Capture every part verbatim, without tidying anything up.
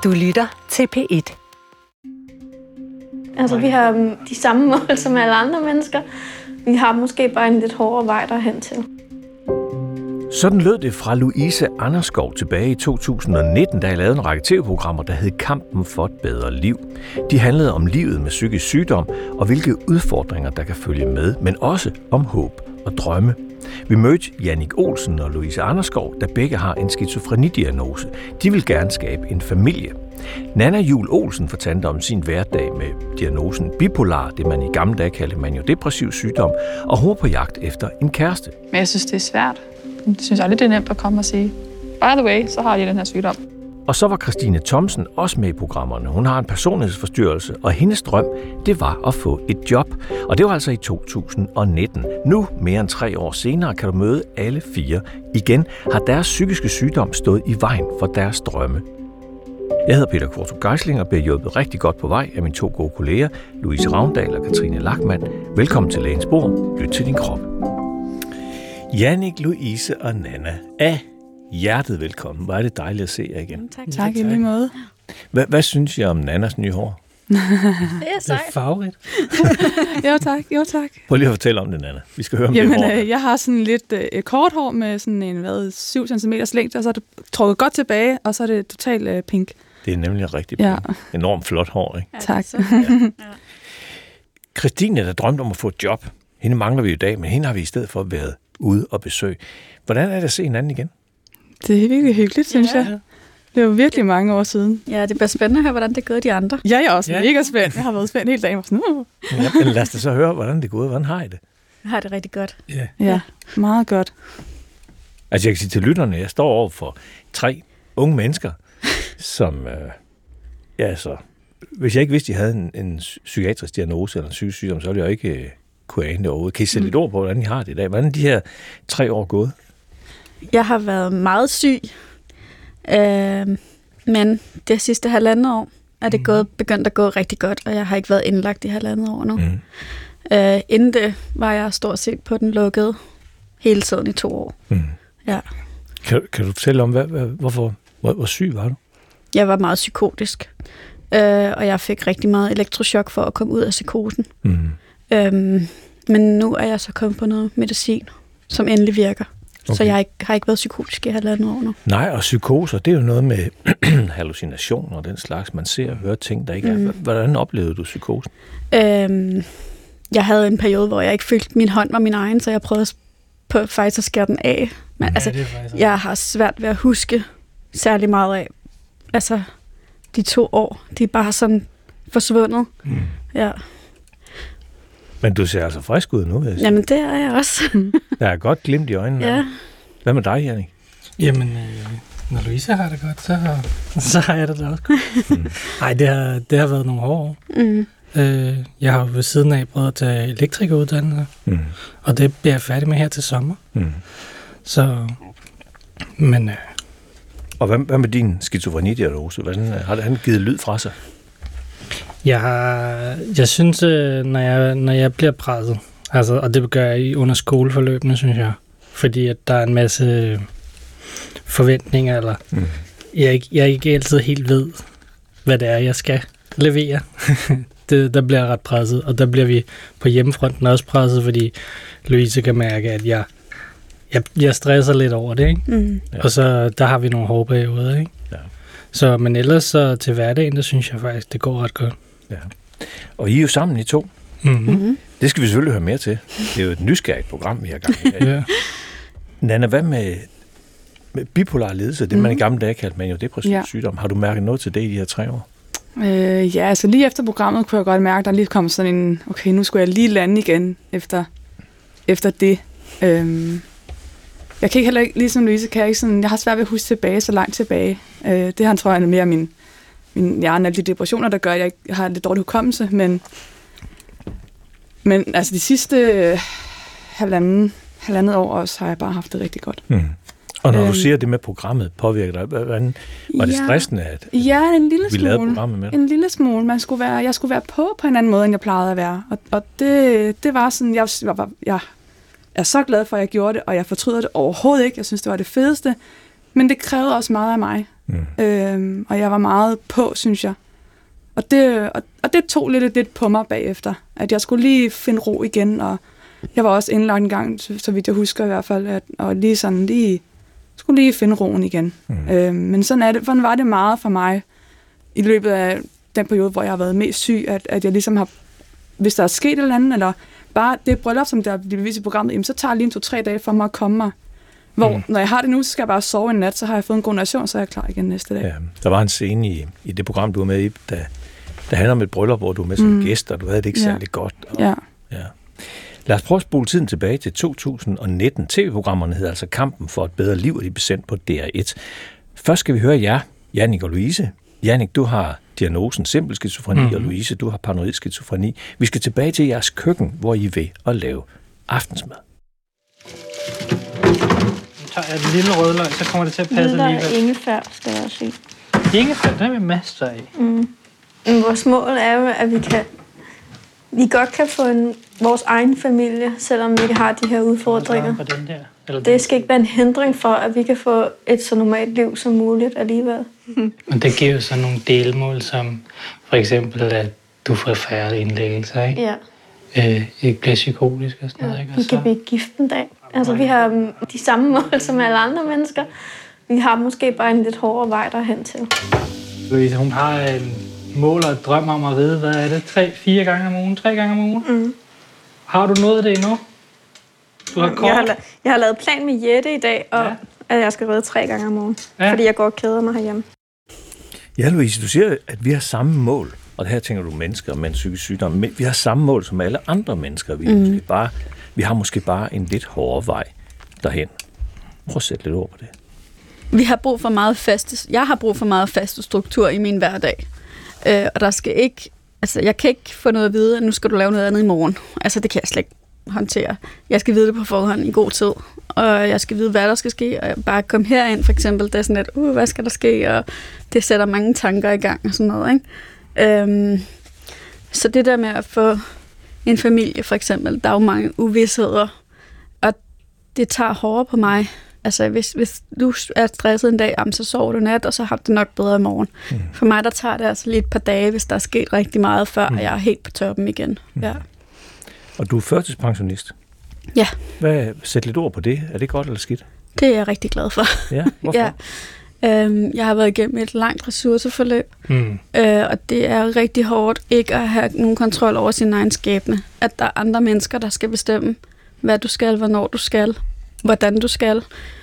Du lytter til P et. Altså, vi har de samme mål som alle andre mennesker. Vi har måske bare en lidt hårdere vej derhen til. Sådan lød det fra Louise Anderskov tilbage i to tusind og nitten, da jeg lavede en række tv-programmer, der hed Kampen for et bedre liv. De handlede om livet med psykisk sygdom og hvilke udfordringer, der kan følge med, men også om håb og drømme. Vi mødte Jannik Olsen og Louise Anderskov, der begge har en skizofrenidiagnose. De vil gerne skabe en familie. Nanna Juhl Olsen fortalte om sin hverdag med diagnosen bipolar, det man i gamle dage kaldte maniodepressiv sygdom, og hun er på jagt efter en kæreste. Men jeg synes, det er svært. Jeg synes aldrig, det er nemt at komme og sige, by the way, så har de den her sygdom. Og så var Christine Thomsen også med i programmerne. Hun har en personlighedsforstyrrelse, og hendes drøm, det var at få et job. Og det var altså i to tusind og nitten. Nu, mere end tre år senere, kan du møde alle fire. Igen har deres psykiske sygdom stået i vejen for deres drømme. Jeg hedder Peter Kvartrup Geisling og bliver hjulpet rigtig godt på vej af mine to gode kolleger, Louise Ravndal og Katrine Lachmann. Velkommen til Lægens Bord. Lyt til din krop. Jannik, Louise og Nanna af hjertet velkommen. Hvor er det dejligt at se jer igen. Tak, tak i lige måde. Hvad, hvad synes jeg om Nannas nye hår? Det er sejt. Det er farverigt. jo tak, jo tak. Prøv lige at fortælle om det, Nanna. Vi skal høre om Jamen, det hår. Øh, jeg har sådan lidt øh, kort hår med sådan en hvad, syv centimeter længde, og så er det trukket godt tilbage, og så er det totalt øh, pink. Det er nemlig rigtig ja. enormt flot hår, ikke? Ja, tak. Så, ja. Christine, der drømte om at få et job. Hende mangler vi i dag, men hende har vi i stedet for været ude og besøge. Hvordan er det at se hinanden igen? Det er virkelig hyggeligt, synes ja. jeg. Det var virkelig mange år siden. Ja, det bliver spændende at høre, hvordan det går de andre. Ja, jeg er også ja. mega spændt. Jeg har været spændt hele dagen. Sådan, uh. Ja, men lad os da så høre, hvordan det er gået. Hvordan har I det? Jeg har det rigtig godt. Ja. Ja, meget godt. Altså, jeg kan sige til lytterne, jeg står over for tre unge mennesker, som, øh, ja, altså, hvis jeg ikke vidste, at de havde en, en psykiatrisk diagnose eller en psykisk sygdom, så ville jeg ikke øh, kunne ane det overhovedet. Kan I sætte lidt ord på, hvordan I har det i dag? Hvordan er de her tre år gået? Jeg har været meget syg, øh, men det sidste halvandet år er det gået, begyndt at gå rigtig godt, og jeg har ikke været indlagt i halvandet år nu. Mm. Øh, inden det var jeg stort set på den lukkede hele tiden i to år. Mm. Ja. Kan, kan du fortælle om, hvad, hvad, hvorfor, hvor, hvor syg var du? Jeg var meget psykotisk, øh, og jeg fik rigtig meget elektrochok for at komme ud af psykosen. Mm. Øhm, men nu er jeg så kommet på noget medicin, som endelig virker. Okay. Så jeg har ikke, har ikke været psykotisk i halvandet år nu. Nej, og psykoser, det er jo noget med hallucinationer og den slags. Man ser og hører ting, der ikke er. Mm. Hvordan oplevede du psykosen? Øhm, jeg havde en periode, hvor jeg ikke følte, at min hånd var min egen, så jeg prøvede på, faktisk at skære den af. Men, ja, altså, jeg har svært ved at huske særlig meget af. Altså, de to år, de er bare sådan forsvundet. Mm. Ja. Men du ser altså frisk ud nu, vil jeg sige. Jamen, det er jeg også. Der er godt glimt i øjnene. Ja. Hvad med dig, Jannik? Jamen, øh, når Louise har det godt, så, så har jeg det da også godt. Mm. Ej, det har, det har været nogle hårde år. Mm. Øh, jeg har ved siden af prøvet at tage elektrikeruddannelse, mm. og det bliver jeg færdig med her til sommer. Mm. Så, men... Øh, og hvad, hvad med din skizofrenidiagnose? Hvordan har han givet lyd fra sig? Jeg har, jeg synes, når jeg, når jeg bliver presset, altså, og det gør jeg under skoleforløbene, synes jeg, fordi at der er en masse forventninger, eller mm. jeg, ikke, jeg ikke altid helt ved, hvad det er, jeg skal levere. det, der bliver jeg ret presset, og der bliver vi på hjemmefronten også presset, fordi Louise kan mærke, at jeg, jeg, jeg stresser lidt over det, ikke? Mm. Ja. Og så der har vi nogle hårde perioder, ikke? Ja. Så, men ellers så til hverdagen, der synes jeg faktisk, det går ret godt. Ja. Og I er jo sammen i to. Mm-hmm. Det skal vi selvfølgelig høre mere til. Det er jo et nysgerrigt program, vi har gang i. Ja. Nanna, hvad med, med bipolar lidelse, det mm-hmm. man i gamle dage kaldte maniodepressiv ja. sygdom, har du mærket noget til det i de her tre år? Øh, ja, altså lige efter programmet kunne jeg godt mærke, at der lige kom sådan en, okay, nu skulle jeg lige lande igen efter, efter det. Øhm, jeg kan ikke heller ikke, ligesom Louise, kan jeg ikke sådan, jeg har svært ved at huske tilbage, så langt tilbage. Øh, det har, tror jeg, mere min, min hjerne, alle de depressioner, der gør, at jeg, ikke, jeg har lidt dårlig hukommelse, men, men altså de sidste øh, halvanden, halvandet år også, har jeg bare haft det rigtig godt. Mm. Og når øhm, du siger det med programmet påvirker dig, hvordan, var det ja, stressende, at ja, en lille vi smule, lavede programmet med dig? En lille smule. Man skulle være, jeg skulle være på på en anden måde, end jeg plejede at være. Og, og det, det var sådan, jeg, jeg, var, jeg er så glad for, at jeg gjorde det, og jeg fortryder det overhovedet ikke. Jeg synes, det var det fedeste. Men det krævede også meget af mig. Mm. Øhm, og jeg var meget på, synes jeg. Og det, og, og det tog lidt lidt på mig bagefter, at jeg skulle lige finde ro igen, og jeg var også indlagt en gang, så, så vidt jeg husker i hvert fald, at, og lige sådan lige, skulle lige finde roen igen. Mm. Øhm, men sådan, er det, sådan var det meget for mig i løbet af den periode, hvor jeg har været mest syg, at, at jeg ligesom har, hvis der er sket et eller andet, eller bare det bryllup, som der bliver vist i programmet, jamen, så tager det lige en to-tre dage for mig at komme mig. Hvor mm. når jeg har det nu, så skal jeg bare sove en nat, så har jeg fået en god nation, så er jeg klar igen næste dag. Ja, der var en scene i, i det program, du var med i, der, der handler om et bryllup, hvor du var med som mm. gæst, og du havde det ikke ja. særlig godt. Og, ja. ja. Lad os prøve at spole tiden tilbage til to tusind og nitten. T V-programmerne hedder altså Kampen for et bedre liv, og de blev sendt på D R et. Først skal vi høre jer, Jannik og Louise. Jannik, du har diagnosen simpel skizofreni, mm. og Louise, du har paranoid skizofreni. Vi skal tilbage til jeres køkken, hvor I er ved at lave aftensmad. Nu tager jeg den lille rødløg, så kommer det til at passe alligevel. Der er ingefær, skal jeg også sige. Ingefær, den er vi masser af. Mm. Men vores mål er jo, at vi kan vi godt kan få en, vores egen familie, selvom vi ikke har de her udfordringer. På den der, eller det skal ikke være en hindring for, at vi kan få et så normalt liv som muligt alligevel. Men det giver jo så nogle delmål, som for eksempel, at du får færre indlæggelser, ikke? Ja. Øh, ikke bliver psykotisk og sådan noget, ikke? Og vi kan blive gift en dag. Altså, vi har de samme mål som alle andre mennesker. Vi har måske bare en lidt hårdere vej derhen til. Louise, hun har en mål og et drøm om at vide, hvad er det? Tre, fire gange om ugen? Tre gange om ugen? Mm. Har du nået det endnu? Du har kort? Jeg har, la- jeg har lavet plan med Jette i dag, og ja. at jeg skal ride tre gange om ugen. Ja. Fordi jeg går og keder mig herhjemme. Ja, Louise, du siger, at vi har samme mål. Og her tænker du mennesker med en psykisk sygdom. Men vi har samme mål som alle andre mennesker. Vi, mm. måske bare, vi har måske bare en lidt hårdere vej derhen. Prøv at sætte lidt ord på det. Vi har brug for meget faste, jeg har brug for meget faste struktur i min hverdag. Øh, og der skal ikke, altså jeg kan ikke få noget at vide, at nu skal du lave noget andet i morgen. Altså det kan jeg slet ikke håndtere. Jeg skal vide det på forhånd i god tid, og jeg skal vide, hvad der skal ske, og jeg bare komme herind for eksempel, det er sådan lidt, uh, hvad skal der ske, og det sætter mange tanker i gang og sådan noget, ikke? Øhm, så det der med at få en familie for eksempel, der er jo mange uvidsheder, og det tager hårdere på mig. Altså, hvis, hvis du er stresset en dag, så sover du nat, og så har du det nok bedre i morgen. Mm. For mig, der tager det altså lige et par dage, hvis der er sket rigtig meget, før mm. jeg er helt på toppen igen. Mm. Ja. Og du er førtidspensionist? Ja. Hvad, sæt lidt ord på det. Er det godt eller skidt? Det er jeg rigtig glad for. Ja, hvorfor? ja. Øhm, jeg har været igennem et langt ressourceforløb, mm. øh, og det er rigtig hårdt ikke at have nogen kontrol over sin egen skæbne. At der er andre mennesker, der skal bestemme, hvad du skal, hvornår du skal, hvordan du skal.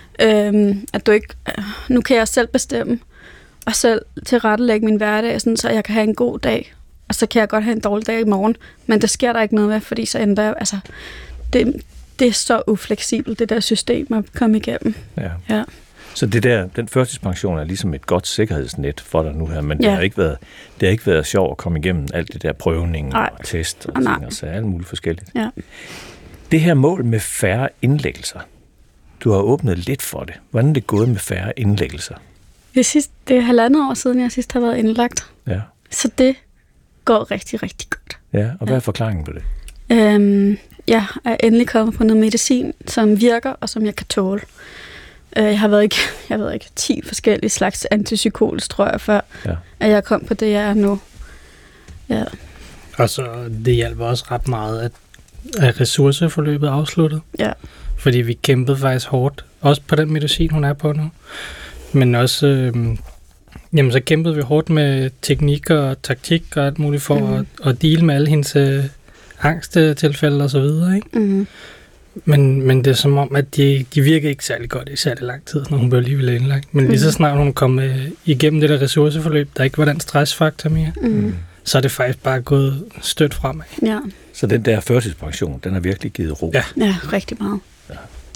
Øhm, at du ikke, øh, nu kan jeg selv bestemme, og selv tilrettelægge min hverdag, sådan, så jeg kan have en god dag, og så kan jeg godt have en dårlig dag i morgen, men det sker der ikke noget med, fordi så ændrer jeg, altså, det, det er så ufleksibelt, det der system at komme igennem. Ja. ja. Så det der, den førtidspension er ligesom et godt sikkerhedsnet for dig nu her, men ja. det har ikke været, det har ikke været sjovt at komme igennem alt det der prøvning og test og ting, og så alt muligt forskelligt. Ja. Det her mål med færre indlæggelser, du har åbnet lidt for det. Hvordan er det gået med færre indlæggelser? Det, sidste, det er halvandet år siden, jeg sidst har været indlagt. Ja. Så det går rigtig, rigtig godt. Ja, og hvad er forklaringen på det? Øhm, jeg er endelig kommet på noget medicin, som virker, og som jeg kan tåle. Jeg har været ikke, jeg ved ikke, ti forskellige slags antipsykotisk, tror jeg, før ja. at jeg kom på det, jeg er nu. Ja. Og så det hjælper også ret meget, at, at ressourceforløbet er afsluttet. Ja. Fordi vi kæmpede faktisk hårdt, også på den medicin, hun er på nu. Men også, øh, jamen så kæmpede vi hårdt med teknik og taktik og alt muligt for mm. at, at deale med alle hendes øh, angsttilfælde og så videre, ikke? Mm. Men, men det er som om, at de, de virker ikke særlig godt i særlig lang tid, når hun blev alligevel indlagt. Men mm. lige så snart hun kom øh, igennem det der ressourceforløb, der ikke var den stressfaktor mere, mm. så er det faktisk bare gået stødt fremad. Ja. Så den der førtidspension, den har virkelig givet ro? Ja, ja rigtig meget. Ja.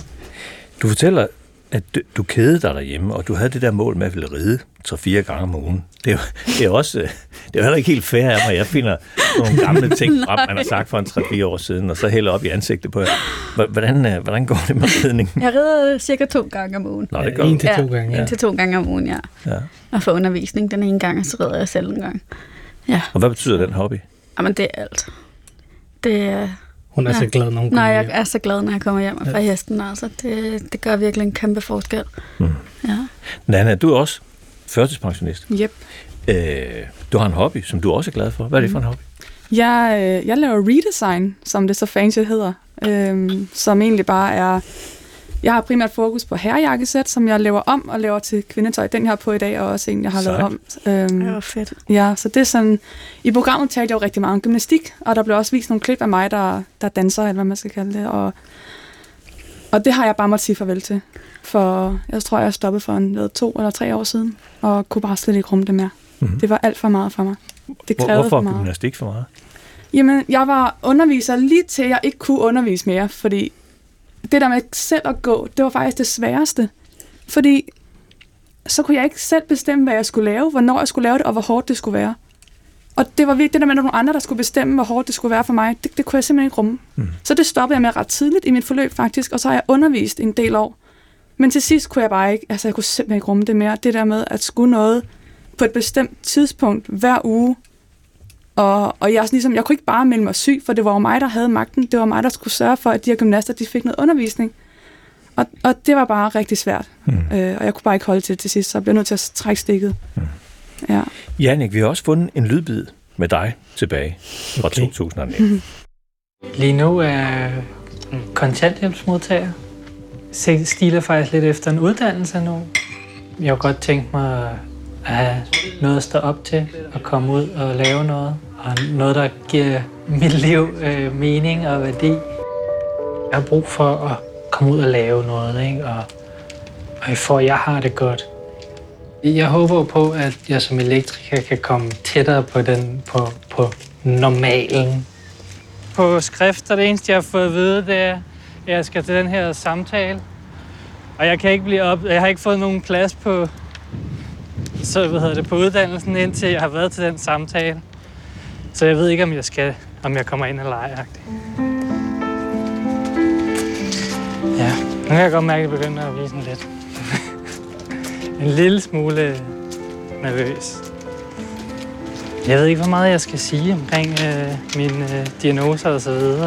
Du fortæller, at du, du kædede dig derhjemme, og du havde det der mål med at ville ride tre-fire gange om ugen. Det er, det er også, det er heller ikke helt fair af mig. Jeg finder nogle gamle ting frem, man har sagt for en tre-fire år siden, og så hælder op i ansigtet på jer. Hvordan, hvordan går det med ridning? Jeg rider cirka to gange om ugen. Nå, det går. En til to gange. Ja, en til to gange om ugen, ja. ja. Og for undervisning den ene gang, og så rider jeg selv en gang. Ja. Og hvad betyder den hobby? Jamen, det er alt. Det er... Hun er ja. så glad, når hun kommer hjem. Nej, jeg er så glad, når jeg kommer hjem fra ja. hesten. Altså. Det, det gør virkelig en kæmpe forskel. Mm. Ja. Nanna, du er også førtidspensionist. Yep. Øh, du har en hobby, som du også er glad for. Hvad er det for en hobby? Jeg, øh, jeg laver redesign, som det så fancy hedder, øh, som egentlig bare er... Jeg har primært fokus på herrejakkesæt, som jeg laver om og laver til kvindetøj. Den, jeg har på i dag, er også en, jeg har Sejt. lavet om. Øhm, det var fedt. Ja, så det er sådan... I programmet talte jeg jo rigtig meget om gymnastik, og der blev også vist nogle klip af mig, der, der danser, eller hvad man skal kalde det. Og, og det har jeg bare måttet sige farvel til. For jeg tror, jeg stoppede for en, ved, to eller tre år siden, og kunne bare slet ikke rumme det mere. Mm-hmm. Det var alt for meget for mig. Det krævede Hvorfor for meget. Hvorfor gymnastik for meget? Jamen, jeg var underviser lige til, jeg ikke kunne undervise mere, fordi... Det der med selv at gå, det var faktisk det sværeste. Fordi så kunne jeg ikke selv bestemme, hvad jeg skulle lave, hvornår jeg skulle lave det, og hvor hårdt det skulle være. Og det var vigtigt, det der med, at nogle andre, der skulle bestemme, hvor hårdt det skulle være for mig, det, det kunne jeg simpelthen ikke rumme. Mm. Så det stoppede jeg med ret tidligt i mit forløb faktisk, og så har jeg undervist en del år. Men til sidst kunne jeg bare ikke, altså jeg kunne simpelthen ikke rumme det mere. Det der med at skulle noget på et bestemt tidspunkt hver uge, Og, og jeg, ligesom, jeg kunne ikke bare melde mig syg, for det var jo mig, der havde magten. Det var mig, der skulle sørge for, at de her gymnaster de fik noget undervisning. Og, og det var bare rigtig svært. Hmm. Øh, og jeg kunne bare ikke holde til det til sidst, så jeg blev nødt til at trække stikket. Hmm. Ja. Jannik, vi har også fundet en lydbid med dig tilbage fra okay. to tusind nitten. Lige nu er jeg kontanthjælpsmodtager. Jeg stiler faktisk lidt efter en uddannelse nu. Jeg har godt tænkt mig at have noget at stå op til, og komme ud og lave noget. Og noget, der giver mit liv øh, mening og værdi. Jeg har brug for at komme ud og lave noget, ikke? Og, og for at jeg har det godt. Jeg håber på, at jeg som elektriker kan komme tættere på, den, på, på normalen. På skrift er det eneste, jeg har fået at vide, det er, at jeg skal til den her samtale. Og jeg kan ikke blive op. Jeg har ikke fået nogen plads på, så, hvad hedder det, på uddannelsen, indtil jeg har været til den samtale. Så jeg ved ikke, om jeg skal, om jeg kommer ind eller ej. Ja, nu kan jeg godt mærke, at jeg begynder at blive sådan lidt. En lille smule nervøs. Jeg ved ikke, hvor meget jeg skal sige omkring øh, mine øh, diagnoser og så videre.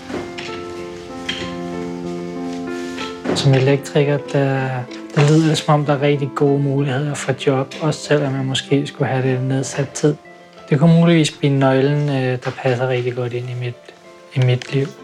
Som elektriker, der, der lyder det, som om der er rigtig gode muligheder for job, også selvom jeg måske skulle have det nedsat tid. Det kunne muligvis blive nøglen, øh, der passer rigtig godt ind i mit, i mit liv.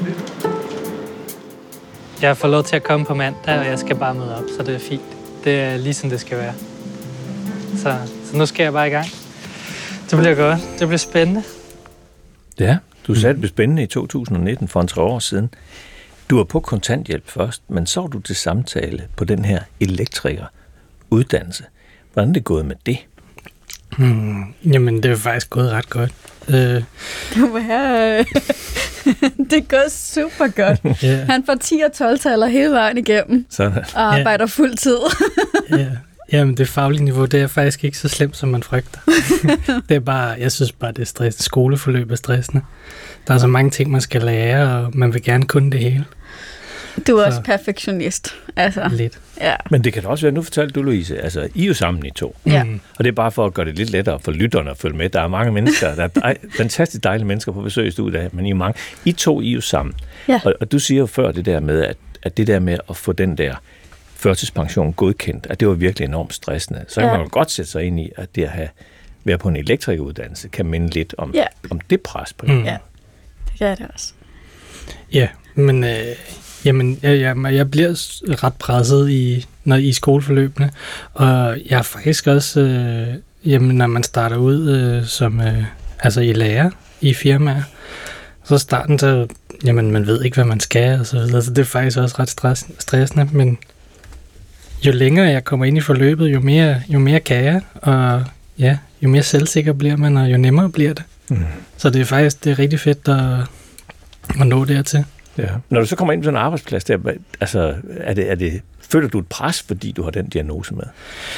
Jeg får lov til at komme på mandag, og jeg skal bare møde op, så det er fint. Det er ligesom det skal være. Så, så nu skal jeg bare i gang. Det bliver godt. Det bliver spændende. Ja, du sagde, det blev spændende i to tusind nitten, for en tre år siden. Du var på kontanthjælp først, men så var du til samtale på den her elektrikeruddannelse. Hvordan er det gået med det? Hmm, jamen, det er faktisk gået ret godt. Øh. Det var det er gået super godt. Yeah. Han får ti og tolv-taller hele vejen igennem. Sådan. Og arbejder yeah. fuld tid. yeah. Jamen, det faglige niveau, det er faktisk ikke så slemt, som man frygter. Det er bare, jeg synes bare, det er stressende. Skoleforløb er stressende. Der er så mange ting, man skal lære, og man vil gerne kunne det hele. Du er så også perfektionist. Altså. Lidt. Ja. Men det kan også være, nu fortalte du, Louise, altså I er jo sammen i to. Ja. Og det er bare for at gøre det lidt lettere for lytterne at følge med. Der er mange mennesker, der er dej, fantastisk dejlige mennesker på besøg i studiet, men I er mange. I to I er jo sammen. Ja. Og, og du siger jo før det der med, at, at det der med at få den der førtidspension godkendt, at det var virkelig enormt stressende. Så kan ja. man jo godt sætte sig ind i, at det at have, være på en elektrikeruddannelse kan minde lidt om, ja. om det pres på det. Mm. Ja, det gør det også. Ja, men øh, jamen, jeg, jeg, jeg bliver ret presset i, når, i skoleforløbene, og jeg er faktisk også, øh, jamen, når man starter ud øh, som øh, altså i lærer i firmaer, så starten så, jamen, man ved ikke, hvad man skal, og så videre, så det er faktisk også ret stress, stressende, men jo længere jeg kommer ind i forløbet, jo mere, jo mere kan jeg, og ja, jo mere selvsikker bliver man, og jo nemmere bliver det. Mm. Så det er faktisk det er rigtig fedt at, at nå dertil. Ja. Når du så kommer ind på sådan en arbejdsplads, der, altså, er det, er det, føler du et pres, fordi du har den diagnose med?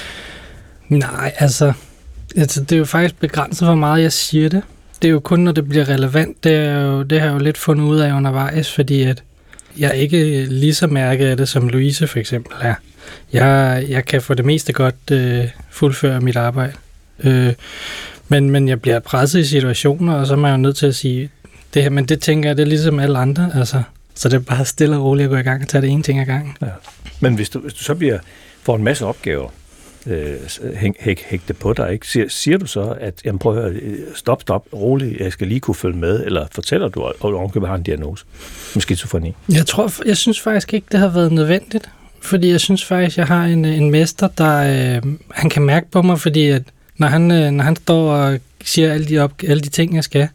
Nej, altså, altså, det er jo faktisk begrænset, hvor meget jeg siger det. Det er jo kun, når det bliver relevant. Det, er jo, det har jeg jo lidt fundet ud af undervejs, fordi at jeg ikke lige så mærket af det, som Louise for eksempel er. Jeg, jeg kan for det meste godt øh, fuldføre mit arbejde. Øh, men, men jeg bliver presset i situationer, og så er man jo nødt til at sige, det her, men det tænker jeg, det er ligesom alle andre. Altså, så det er bare stille og roligt at gå i gang og tage det ene ting ad gangen. Ja. Men hvis du, hvis du så bliver, får en masse opgaver, øh, hæg, hæg, hægte på dig, ikke? Siger, siger du så, at jamen, prøv at høre, stop, stop, rolig, jeg skal lige kunne følge med, eller fortæller du, at du har en diagnose med skizofreni? Jeg tror, jeg synes faktisk ikke, det har været nødvendigt, fordi jeg synes faktisk, jeg har en, en mester, der øh, han kan mærke på mig, fordi at når han, øh, når han står og siger alle de, op, alle de ting, jeg skal,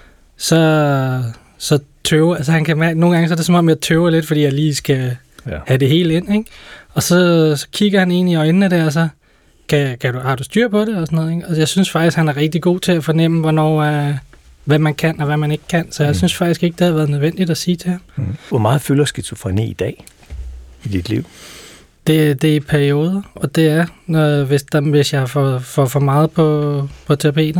så, så tøver, altså han kan mærke, nogle gange så er det som om, jeg tøver lidt, fordi jeg lige skal ja. have det hele ind, ikke? Og så, så kigger han ind i øjnene der, og så kan, kan du, har du styr på det og sådan noget, ikke? Og jeg synes faktisk, han er rigtig god til at fornemme, hvornår, øh, hvad man kan og hvad man ikke kan, så jeg mm. synes faktisk ikke, det har været nødvendigt at sige til ham. Mm. Hvor meget fylder skizofreni i dag i dit liv? Det, det er i perioder, og det er, når, hvis, der, hvis jeg får, får for meget på, på tapetet.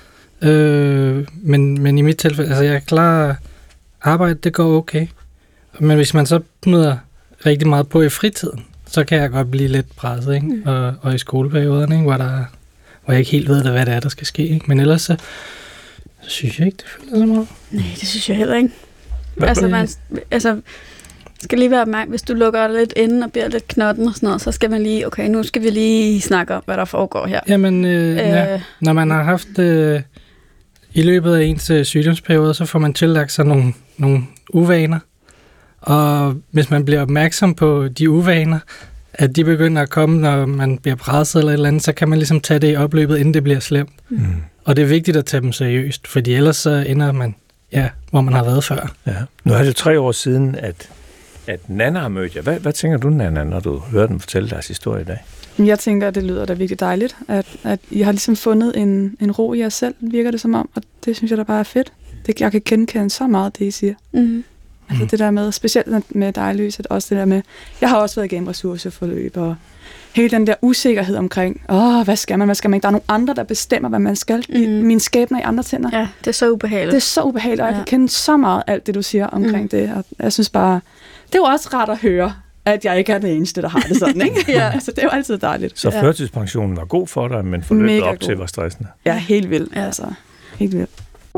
Øh, men, men i mit tilfælde, altså jeg klarer arbejde, det går okay. Men hvis man så møder rigtig meget på i fritiden, så kan jeg godt blive lidt presset, ikke? Mm. Og, og i skoleperioderne, ikke? Hvor, der, hvor jeg ikke helt ved, hvad det er, der skal ske. Ikke? Men ellers så, så synes jeg ikke, det føler så meget. Nej, det synes jeg heller ikke. Altså, man, altså, skal lige være opmærksom, hvis du lukker lidt inde og bliver lidt knotten og sådan noget, så skal man lige, okay, nu skal vi lige snakke om, hvad der foregår her. Jamen, øh, øh, ja. Når man har haft, øh, i løbet af ens øh, sygdomsperiode, så får man tillagt sig nogle, nogle uvaner. Og hvis man bliver opmærksom på de uvaner, at de begynder at komme, når man bliver presset eller et eller andet, så kan man ligesom tage det i opløbet, inden det bliver slemt. Mm. Og det er vigtigt at tage dem seriøst, fordi ellers så ender man, ja, hvor man har været før. Ja. Nu er det tre år siden, at, at Nanna har mødt jer. Hvad, hvad tænker du, Nanna, når du hører dem fortælle deres historie i dag? Jeg tænker, at det lyder da virkelig dejligt, at, at I har ligesom fundet en, en ro i jer selv, virker det som om, og det synes jeg da bare er fedt. Det, jeg kan genkende så meget, det I siger. Mm. Altså det der med, specielt med dig, Louise, også det der med, jeg har også været igennem ressourceforløb, og hele den der usikkerhed omkring, åh, hvad skal man, hvad skal man ikke? Der er nogle andre, der bestemmer, hvad man skal. Mm. Min skæbne i andre tænder. Ja, det er så ubehageligt. Det er så ubehageligt, og jeg ja. kan kende så meget alt det, du siger omkring mm. det, og jeg synes bare, det er jo også rart at høre, at jeg ikke er den eneste, der har det sådan, ikke? Ja. Altså, det er jo altid dejligt. Så ja. førtidspensionen var god for dig, men forløbet op god. til var stressende. Ja, helt vildt, ja. altså. Helt vildt.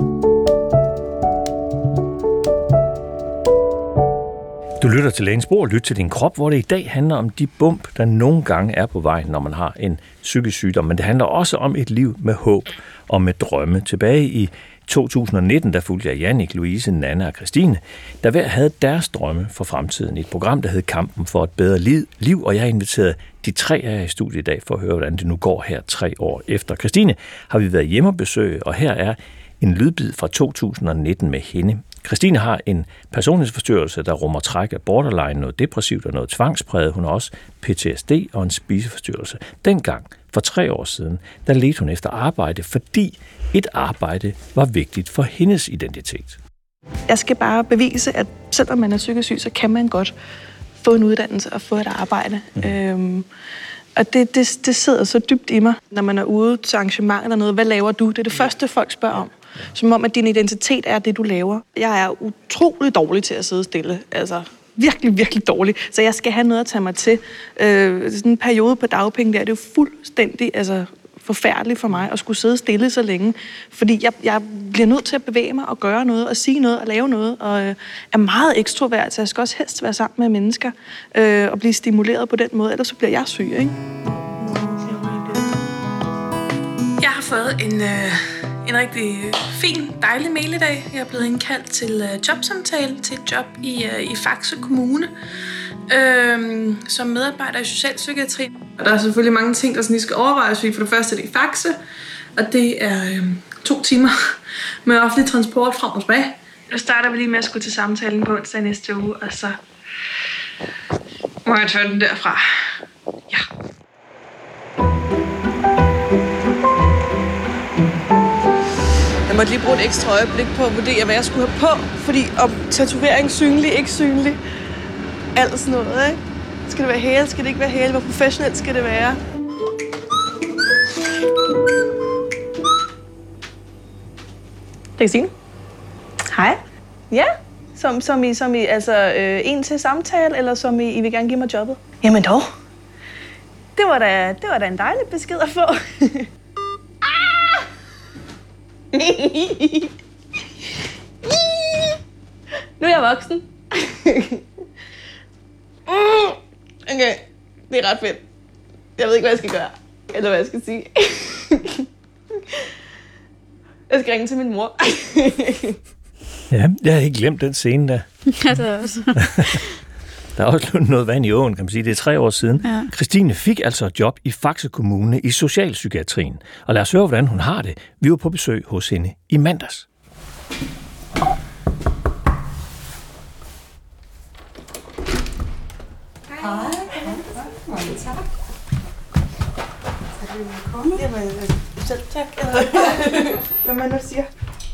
Du lytter til Lægens Bord, lyt til din krop, hvor det i dag handler om de bump, der nogle gange er på vej, når man har en psykisk sygdom. Men det handler også om et liv med håb og med drømme. Tilbage i to tusind nitten, der fulgte jeg Jannik, Louise, Nanna og Christine, der hver havde deres drømme for fremtiden i et program, der hed Kampen for et bedre liv, og jeg inviterede de tre af jer i studiet i dag for at høre, hvordan det nu går her tre år efter. Christine har vi været hjemme og besøge, og her er en lydbid fra to tusind nitten med hende. Christine har en personlighedsforstyrrelse, der rummer træk af borderline, noget depressivt og noget tvangspræget. Hun har også P T S D og en spiseforstyrrelse. Dengang, for tre år siden, der ledte hun efter arbejde, fordi et arbejde var vigtigt for hendes identitet. Jeg skal bare bevise, at selvom man er psykisk syg, så kan man godt få en uddannelse og få et arbejde. Mm. Øhm, og det, det, det sidder så dybt i mig, når man er ude til arrangement eller noget. Hvad laver du? Det er det første, folk spørger om. Som om, at din identitet er det, du laver. Jeg er utrolig dårlig til at sidde stille. Altså, virkelig, virkelig dårlig. Så jeg skal have noget at tage mig til. Øh, sådan en periode på dagpenge der, det er jo fuldstændig altså, forfærdeligt for mig at skulle sidde stille så længe. Fordi jeg, jeg bliver nødt til at bevæge mig og gøre noget, og sige noget og lave noget. Og øh, er meget ekstrovert, så jeg skal også helst være sammen med mennesker. Øh, og blive stimuleret på den måde, ellers så bliver jeg syg, ikke? Jeg har fået en... Øh En rigtig fin, dejlig mail i dag. Jeg er blevet indkaldt til uh, jobsamtale til et job i, uh, i Faxe Kommune øhm, som medarbejder i socialpsykiatri. Og der er selvfølgelig mange ting, der sådan lige skal overvejes. For det første er det i Faxe, og det er øhm, to timer med offentlig transport frem og tilbage. Nu starter vi lige med at skulle til samtalen på onsdag næste uge, og så må jeg tage den derfra. Ja. Jeg måtte lige bruge et ekstra øjeblik på at vurdere, hvad jeg skulle have på. Fordi om tatovering synlig, ikke synlig. Alt sådan noget, ikke? Skal det være hæle? Skal det ikke være hæle? Hvor professionelt skal det være? Christine? Hej. Ja? Som, som I, som I altså, øh, en til samtale, eller som I, I vil gerne give mig jobbet? Jamen dog. Det var da, det var da en dejlig besked at få. Nu er jeg voksen. Okay, det er ret fedt. Jeg ved ikke, hvad jeg skal gøre. Eller hvad jeg skal sige. Jeg skal ringe til min mor. Ja, jeg har ikke glemt den scene der. Ja, det er også. Der er også noget vand i åen, kan man sige. Det er tre år siden. Ja. Christine fik altså et job i Faxe Kommune i socialpsykiatrien. Og lad os høre, hvordan hun har det. Vi var på besøg hos hende i mandags. Hej. Tak. Jamen, selv tak. Hvad man nu siger.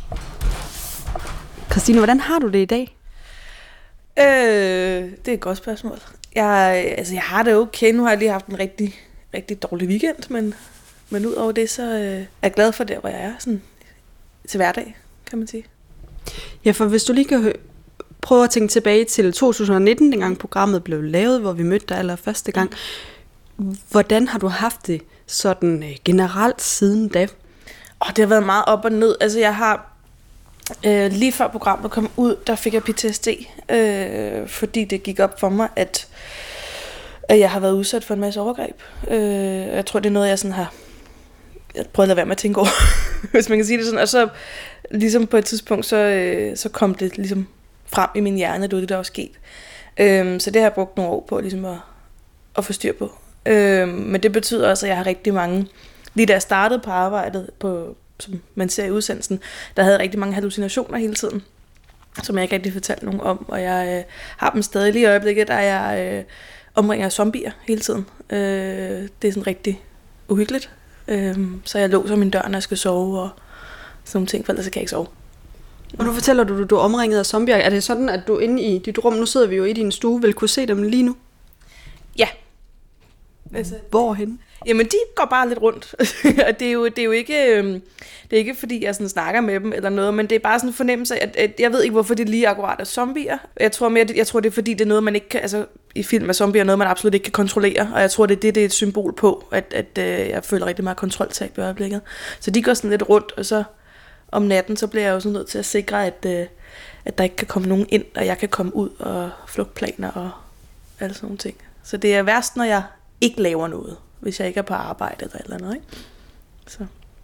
Christine, hvordan har du det i dag? Øh, det er et godt spørgsmål. Jeg, altså, jeg har det okay. Nu har jeg lige haft en rigtig, rigtig dårlig weekend, men, men ud over det, så øh, er jeg glad for der, hvor jeg er sådan, til hverdag, kan man sige. Ja, for hvis du lige kan hø- prøve at tænke tilbage til to tusind og nitten, dengang programmet blev lavet, hvor vi mødte dig allerførste gang. Hvordan har du haft det sådan øh, generelt siden da? Og det har været meget op og ned. Altså, jeg har øh, lige før programmet kom ud, der fik jeg P T S D, øh, fordi det gik op for mig, at, at jeg har været udsat for en masse overgreb. Øh, jeg tror, det er noget, jeg sådan har jeg prøvet at lade være med at tænke over, hvis man kan sige det sådan. Og så ligesom på et tidspunkt, så, øh, så kom det ligesom frem i min hjerne, at det var det, der var sket. Øh, så det har jeg brugt nogle år på ligesom at, at få styr på. Øh, men det betyder også, at jeg har rigtig mange, lige da jeg startede på arbejdet, på, som man ser i udsendelsen, der havde rigtig mange hallucinationer hele tiden, som jeg ikke rigtig fortalte nogen om, og jeg øh, har dem stadig lige i øjeblikket, der er jeg øh, omringer af zombier hele tiden. Øh, det er sådan rigtig uhyggeligt, øh, så jeg låser min dør, når jeg skal sove, og sådan nogle ting, for ellers kan jeg ikke sove. Og nu fortæller du, at du er omringet af zombier. Er det sådan, at du inde i dit rum, nu sidder vi jo i din stue, vil kunne se dem lige nu? Ja. Altså, hvorhen? Jamen, de går bare lidt rundt. Og det er jo, det er jo ikke, øhm, det er ikke, fordi jeg sådan snakker med dem eller noget, men det er bare sådan en fornemmelse, at, at jeg ved ikke, hvorfor det lige akkurat er zombier. Jeg tror, mere, jeg tror, det er, fordi det er noget, man ikke kan, altså i film er zombier noget, man absolut ikke kan kontrollere, og jeg tror, det er det, det er et symbol på, at, at øh, jeg føler rigtig meget kontroltab i øjeblikket. Så de går sådan lidt rundt, og så om natten, så bliver jeg jo sådan nødt til at sikre, at, øh, at der ikke kan komme nogen ind, og jeg kan komme ud, og flugtplaner og alle sådan nogle ting. Så det er værst, når jeg ikke laver noget, hvis jeg ikke er på arbejde eller et eller andet, ikke? Så.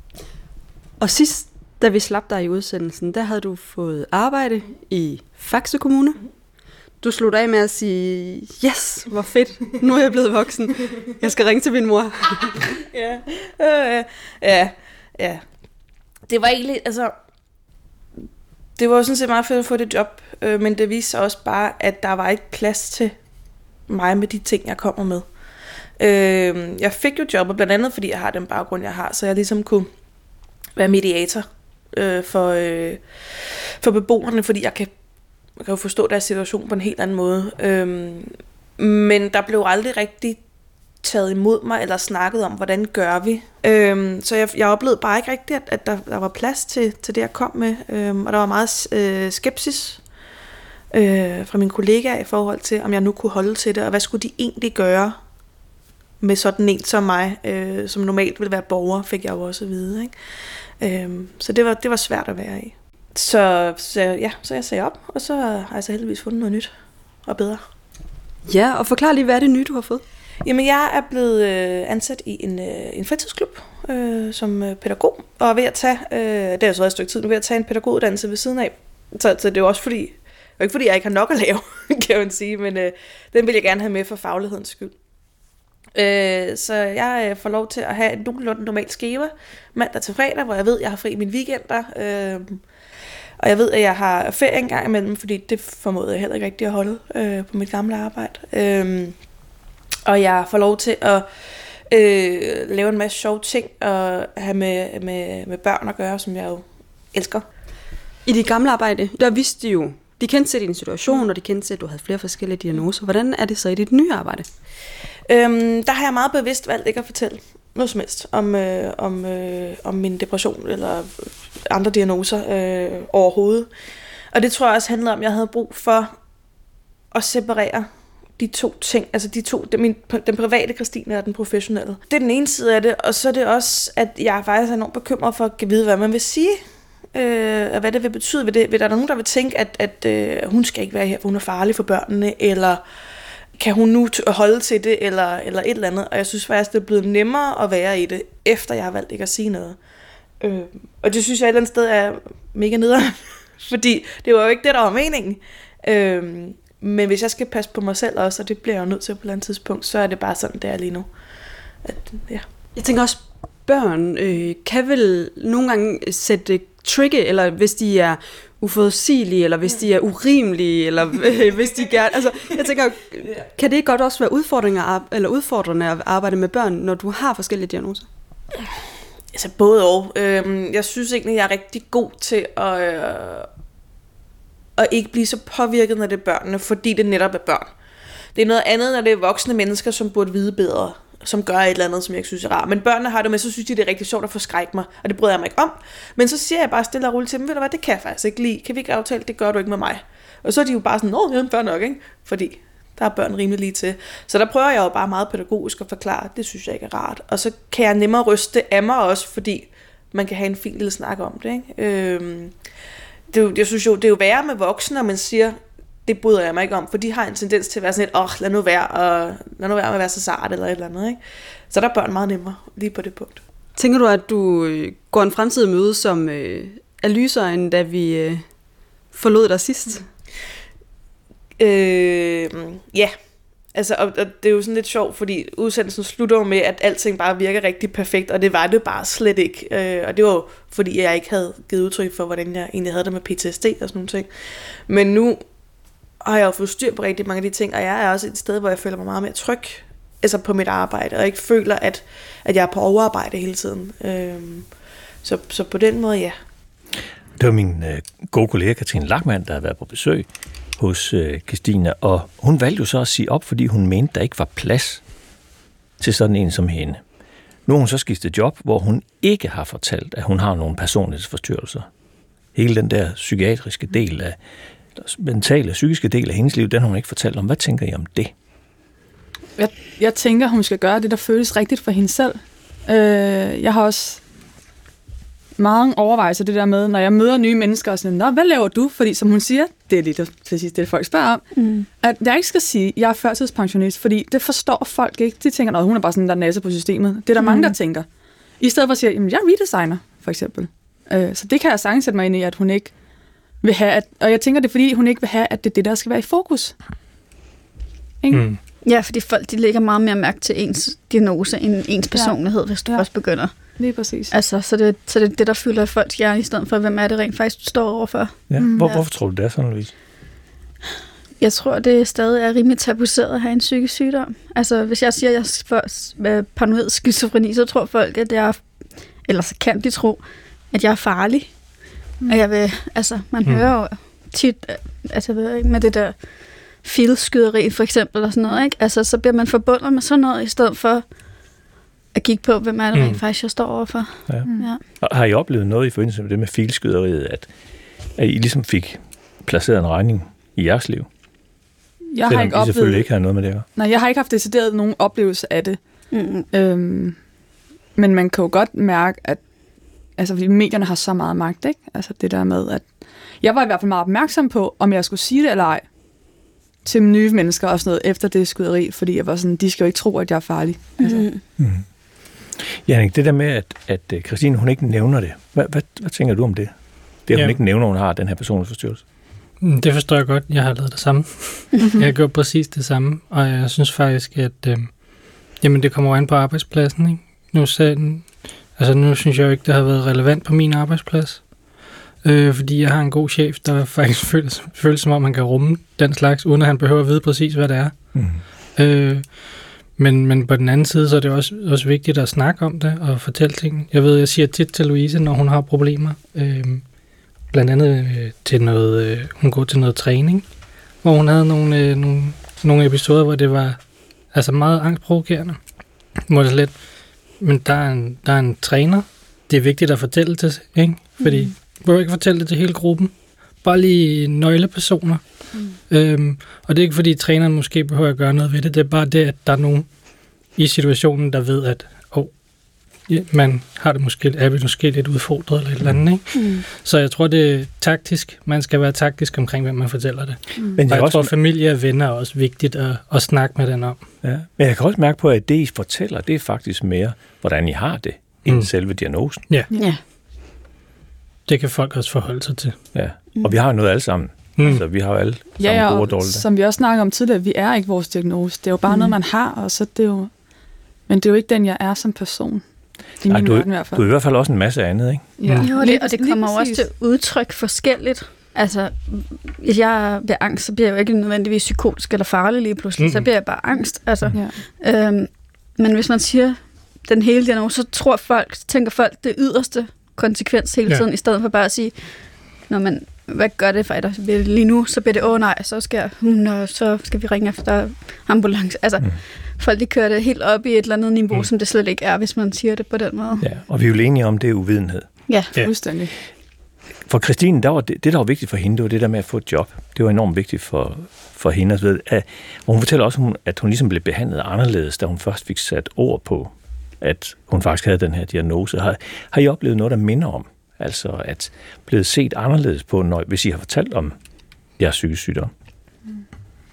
Og sidst, da vi slap dig i udsendelsen, der havde du fået arbejde i Faxe Kommune. Du sluttede af med at sige, yes, hvor fedt, nu er jeg blevet voksen. Jeg skal ringe til min mor. ja, øh, ja, ja. Det var egentlig, altså, det var jo sådan set meget fedt at få det job, øh, men det viste sig også bare, at der var ikke plads til mig med de ting, jeg kommer med. Øh, jeg fik jo jobbet blandt andet, fordi jeg har den baggrund, jeg har, så jeg ligesom kunne være mediator øh, for, øh, for beboerne, fordi jeg kan, jeg kan jo forstå deres situation på en helt anden måde. Øh, men der blev aldrig rigtig taget imod mig, eller snakket om, hvordan gør vi. Øh, så jeg, jeg oplevede bare ikke rigtigt, at, at der, der var plads til, til det, jeg kom med. Øh, og der var meget øh, skepsis øh, fra mine kollegaer i forhold til, om jeg nu kunne holde til det, og hvad skulle de egentlig gøre med sådan en som mig, øh, som normalt ville være borger, fik jeg jo også at vide. Ikke? Øh, så det var, det var svært at være i. Så, så ja, så jeg sagde op, og så har jeg så heldigvis fundet noget nyt og bedre. Ja, og forklar lige, hvad er det nye, du har fået? Jamen, jeg er blevet øh, ansat i en, øh, en fritidsklub øh, som øh, pædagog, og er ved at tage, øh, det er jo så et stykke tid, nu ved at tage en pædagoguddannelse ved siden af. Så, så det er jo også fordi, det er ikke fordi, jeg ikke har nok at lave, kan man sige, men øh, den vil jeg gerne have med for faglighedens skyld. Øh, så jeg øh, får lov til at have et nogenlunde normalt skema mandag til fredag, hvor jeg ved, at jeg har fri mine weekender, øh, og jeg ved, at jeg har ferie en gang imellem, fordi det formåede jeg heller ikke rigtig at holde øh, på mit gamle arbejde. Øh, og jeg får lov til at øh, lave en masse sjove ting og have med, med, med børn at gøre, som jeg jo elsker. I dit gamle arbejde, der vidste de jo, de kendte til din situation, og de kendte til, at du havde flere forskellige diagnoser. Hvordan er det så i dit nye arbejde? Øhm, der har jeg meget bevidst valgt ikke at fortælle noget som helst om, øh, om, øh, om min depression eller andre diagnoser øh, overhovedet. Og det tror jeg også handlede om, at jeg havde brug for at separere de to ting, altså de to, den, min, den private Christine og den professionelle. Det er den ene side af det, og så er det også, at jeg faktisk er enormt bekymret for at vide, hvad man vil sige, øh, og hvad det vil betyde. Vil, det, vil der nogen, der vil tænke, at, at øh, hun skal ikke være her, for hun er farlig for børnene, eller kan hun nu t- holde til det, eller, eller et eller andet. Og jeg synes faktisk, det er blevet nemmere at være i det, efter jeg har valgt ikke at sige noget. Øh, og det synes jeg et eller andet sted er mega nederen, fordi det var jo ikke det, der var meningen. Øh, men hvis jeg skal passe på mig selv også, og det bliver jeg jo nødt til på et eller andet tidspunkt, så er det bare sådan, det er lige nu. At, ja. Jeg tænker også, børn øh, kan vel nogle gange sætte trigge, eller hvis de er uforudsigelige, eller hvis de er urimelige, eller øh, hvis de gerne... Altså, jeg tænker, kan det godt også være udfordringer, eller udfordrende at arbejde med børn, når du har forskellige diagnoser? Altså både og. Øhm, jeg synes egentlig, jeg er rigtig god til at, øh, at ikke blive så påvirket, når det er børnene, fordi det netop er børn. Det er noget andet, når det er voksne mennesker, som burde vide bedre, som gør et eller andet, som jeg ikke synes er rart. Men børnene har det med, så synes de, det er rigtig sjovt at forskrække mig, og det bryder jeg mig ikke om. Men så siger jeg bare stille og roligt til dem, ved du hvad, det kan jeg faktisk ikke lide. Kan vi ikke aftale, det gør du ikke med mig. Og så er de jo bare sådan, nå, det er børn nok, ikke? Fordi der er børn rimelig lige til. Så der prøver jeg jo bare meget pædagogisk at forklare, det synes jeg ikke er rart. Og så kan jeg nemmere ryste af mig også, fordi man kan have en fin lille snak om det, ikke? Øhm, det er jo, jeg synes jo, det er jo værre med voksne, når man siger, det bryder jeg mig ikke om, for de har en tendens til at være sådan lidt, åh, oh, lad nu være, og lad nu være med at være så sart, eller et eller andet, ikke? Så der er børn meget nemmere, lige på det punkt. Tænker du, at du går en fremtidig møde, som øh, er lysere, end da vi øh, forlod dig sidst? Øh, ja, altså, og, og det er jo sådan lidt sjovt, fordi udsendelsen slutter jo med, at alting bare virker rigtig perfekt, og det var det bare slet ikke. Øh, og det var jo, fordi jeg ikke havde givet udtryk for, hvordan jeg egentlig havde det med P T S D og sådan nogle ting. Men nu har jeg jo fået styr på rigtig mange af de ting, og jeg er også et sted, hvor jeg føler mig meget mere tryg, altså på mit arbejde, og ikke føler, at, at jeg er på overarbejde hele tiden. Øh, så, så på den måde, ja. Det var min øh, gode kollega Katrine Lachmann, der havde været på besøg hos øh, Christine, og hun valgte jo så at sige op, fordi hun mente, der ikke var plads til sådan en som hende. Nu har hun så skiftet job, hvor hun ikke har fortalt, at hun har nogle personlighedsforstyrrelser. Hele den der psykiatriske del af, mentale og psykiske del af hendes liv, den har hun ikke fortalt om. Hvad tænker I om det? Jeg, jeg tænker, hun skal gøre det, der føles rigtigt for hende selv. Øh, jeg har også mange overvejelser det der med, når jeg møder nye mennesker og sådan, nå, hvad laver du? Fordi som hun siger, det er lige præcis det, folk spørger om, mm. at jeg ikke skal sige, at jeg er førtidspensionist, fordi det forstår folk ikke. De tænker, at hun er bare sådan, der næser på systemet. Det er der mm. mange, der tænker. I stedet for at sige, at jeg er redesigner, for eksempel. Øh, så det kan jeg sagtens sætte mig ind i, at hun ikke vil have, at, og jeg tænker, det er fordi, hun ikke vil have, at det er det, der skal være i fokus. Ikke? Mm. Ja, fordi folk, de lægger meget mere mærke til ens diagnose, end ens personlighed, ja. Hvis du ja. Også begynder. Lige præcis. Altså, så det, så det er det, der fylder folks hjerne, i stedet for, hvem er det rent faktisk, du står overfor. Ja. Hvor, ja. Hvorfor tror du, det er sådan, Louise? Jeg tror, det stadig er rimelig tabuiseret at have en psykisk sygdom. Altså, hvis jeg siger, at jeg får paranoid skizofreni, så tror folk, at jeg, eller så kan de tro, at jeg er farlig. Mm. At jeg vil, altså, man mm. hører jo tit, altså, med det der filskyderi for eksempel, og sådan noget, ikke? Altså, så bliver man forbundet med sådan noget, i stedet for at kigge på, hvem er det rent mm. faktisk, jeg står overfor. Ja. Ja. Har I oplevet noget i forbindelse med det med filskyderiet, at, at I ligesom fik placeret en regning i jeres liv? Jeg har ikke I oplevet... selvfølgelig ikke har noget med det her. Nej, jeg har ikke haft decideret nogen oplevelse af det. Mm. Øhm, men man kan jo godt mærke, at altså, fordi medierne har så meget magt, ikke? Altså det der med, at jeg var i hvert fald meget opmærksom på, om jeg skulle sige det eller ej til nye mennesker og sådan noget, efter det skyderi, fordi jeg var sådan, de skal jo ikke tro, at jeg er farlig. Mm. Altså. Mm. Jannik, det der med, at, at Christine, hun ikke nævner det, hvad, hvad, hvad tænker du om det? Det, at hun ja. ikke nævner, hun har den her personlighedsforstyrrelse. Det forstår jeg godt. Jeg har lavet det samme. Jeg har gjort præcis det samme, og jeg synes faktisk, at øh, jamen, det kommer an på arbejdspladsen. Ikke? Nu, selv, altså, nu synes jeg jo ikke, det har været relevant på min arbejdsplads, øh, fordi jeg har en god chef, der faktisk føles, føles som om, man kan rumme den slags, uden at han behøver at vide præcis, hvad det er. Mm. Øh, men, men på den anden side, så er det også, også vigtigt at snakke om det og fortælle ting. Jeg ved, jeg siger tit til Louise, når hun har problemer, øh, blandt andet øh, til noget, øh, hun går til noget træning, hvor hun havde nogle, øh, nogle, nogle episoder, hvor det var altså meget angstprovokerende. Hvor det lidt, men der er, en, der er en træner, det er vigtigt at fortælle til, ikke? Fordi mm. du kan ikke fortælle det til hele gruppen, bare lige nøglepersoner. Mm. Øhm, og det er ikke fordi træneren måske behøver at gøre noget ved det, det er bare det, at der er nogen i situationen, der ved, at oh, ja, man har det måske, er vi måske lidt udfordret eller et eller andet, ikke? Mm. Så jeg tror, det er taktisk. Man skal være taktisk omkring, hvem man fortæller det. Mm. Men jeg, og jeg også... tror, familie og venner er også vigtigt at, at snakke med den om. Ja. Men jeg kan også mærke på, at det, I fortæller, det er faktisk mere, hvordan I har det, end mm. selve diagnosen. Ja. ja. Det kan folk også forholde sig til. Ja, og vi har jo noget alle sammen. Mm. Altså, vi har jo alle ja, sammen gode og og dårlige. Som vi også snakkede om tidligere, vi er ikke vores diagnose. Det er jo bare mm. noget, man har, og så det er jo... Men det er jo ikke den, jeg er som person. I Ej, min du, verden i hvert fald. Du er i hvert fald også en masse andet, ikke? Ja. Mm. Jo, det, og det kommer jo også til udtryk forskelligt. Altså, hvis jeg bliver angst, så bliver jeg jo ikke nødvendigvis psykotisk eller farlig lige pludselig. Mm. Så bliver jeg bare angst. Altså, ja. øhm, men hvis man siger den hele diagnose, så tror folk, så tænker folk det yderste konsekvens hele tiden, ja. I stedet for bare at sige, når man, hvad gør det for dig? Lige nu, så bliver det, åh oh, nej, så skal hun, og så skal vi ringe efter ambulance. Altså, mm. folk de kører det helt op i et eller andet niveau, mm. som det slet ikke er, hvis man siger det på den måde. Ja, og vi er jo enige om, det er uvidenhed. Ja, ja. Fuldstændig. For Christine, der var det, det, der var vigtigt for hende, det var det der med at få et job. Det var enormt vigtigt for, for hende. Altså, at, og hun fortæller også, at hun ligesom blev behandlet anderledes, da hun først fik sat ord på, at hun faktisk havde den her diagnose. Har, har I oplevet noget, der minder om? Altså at blevet set anderledes på, når, hvis I har fortalt om jeres psykisk sygdom? Mm.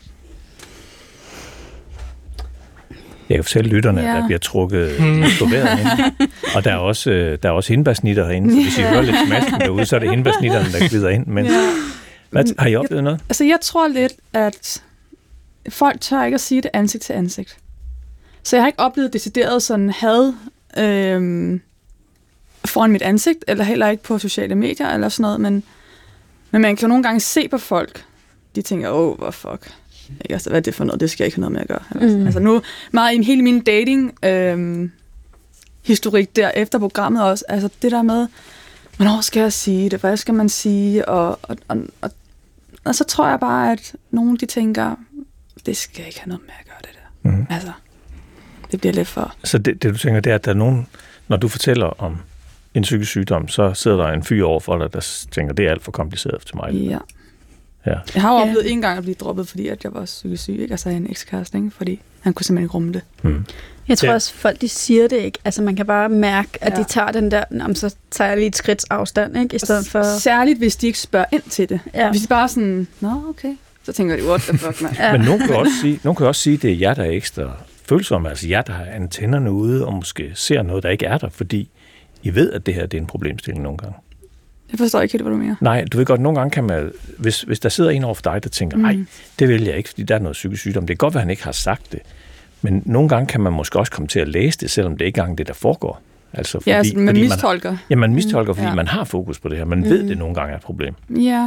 Jeg kan fortælle lytterne, ja. At vi har trukket mm. på vejret herinde. Og der er også, der er også hindbærsnitter herinde, så hvis I hører lidt smasken derude, så er det hindbærsnitterne, der glider ind. Men ja. Hvad, har I oplevet noget? Altså jeg tror lidt, at folk tør ikke at sige det ansigt til ansigt. Så jeg har ikke oplevet decideret sådan had øhm, foran mit ansigt, eller heller ikke på sociale medier, eller sådan noget, men, men man kan jo nogle gange se på folk, de tænker, åh, hvor fuck, ikke? Altså, hvad er det for noget, det skal jeg ikke have noget med at gøre. Mm. Altså nu, meget i hele min dating øhm, historik der efter programmet også, altså det der med, hvornår skal jeg sige det, hvad skal man sige, og, og, og, og, og så tror jeg bare, at nogen de tænker, det skal jeg ikke have noget med at gøre, det der. Mm. Altså, det bliver lidt for... Så det, det du tænker, det er, at der er nogen, når du fortæller om en psykisk sygdom, så sidder der en fyr over for dig, der tænker, det er alt for kompliceret til mig. Ja. Ja. Jeg har jo oplevet ja. en gang at blive droppet, fordi at jeg var psykisk syg, ikke? Altså en ekskæreste, ikke? Fordi han kunne simpelthen ikke rumme det. Hmm. Jeg tror ja. også, folk de siger det ikke. Altså man kan bare mærke, at ja. de tager den der, jamen, så tager jeg lige et skridts afstand, ikke? I stedet for... Særligt, hvis de ikke spørger ind til det. Ja. Hvis de bare sådan, nå okay, så tænker de, what the fuck, man. Ja. Men nogen kan, også sige, nogen kan også sige, at det er jer, der er ekstra følsomme. Altså jer, der har antennerne ude, og måske ser noget, der ikke er der, fordi I ved, at det her det er en problemstilling nogle gange. Jeg forstår ikke helt, hvad du mener. Nej, du ved godt, nogle gange kan man, hvis, hvis der sidder en over for dig, der tænker, nej, mm. det vil jeg ikke, fordi der er noget psykisk sygdom. Det kan godt være, at han ikke har sagt det, men nogle gange kan man måske også komme til at læse det, selvom det ikke engang det, der foregår. Altså, fordi, ja, altså, man fordi mistolker. Man, ja, man mistolker, fordi ja. man har fokus på det her. Man mm. ved, det nogle gange er et problem. Ja.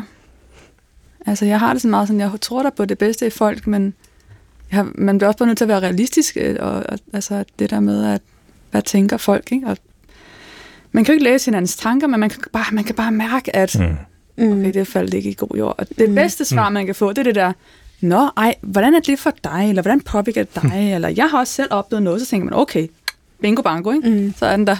Altså, jeg har det så meget sådan, jeg tror der på det bedste i folk, men jeg har, man bliver også bare nødt til at være realistisk, og, og altså det der med, at hvad tænker folk, ikke? Og man kan jo ikke læse hinandens tanker, men man kan bare, man kan bare mærke, at mm. okay, det faldt ikke i god jord. Og det bedste svar, man kan få, det er det der, nå, ej, hvordan er det for dig, eller hvordan påvirker det dig, mm. eller jeg har også selv oplevet noget, så tænker man, okay, bingo bango, ikke? Mm. Så er den der.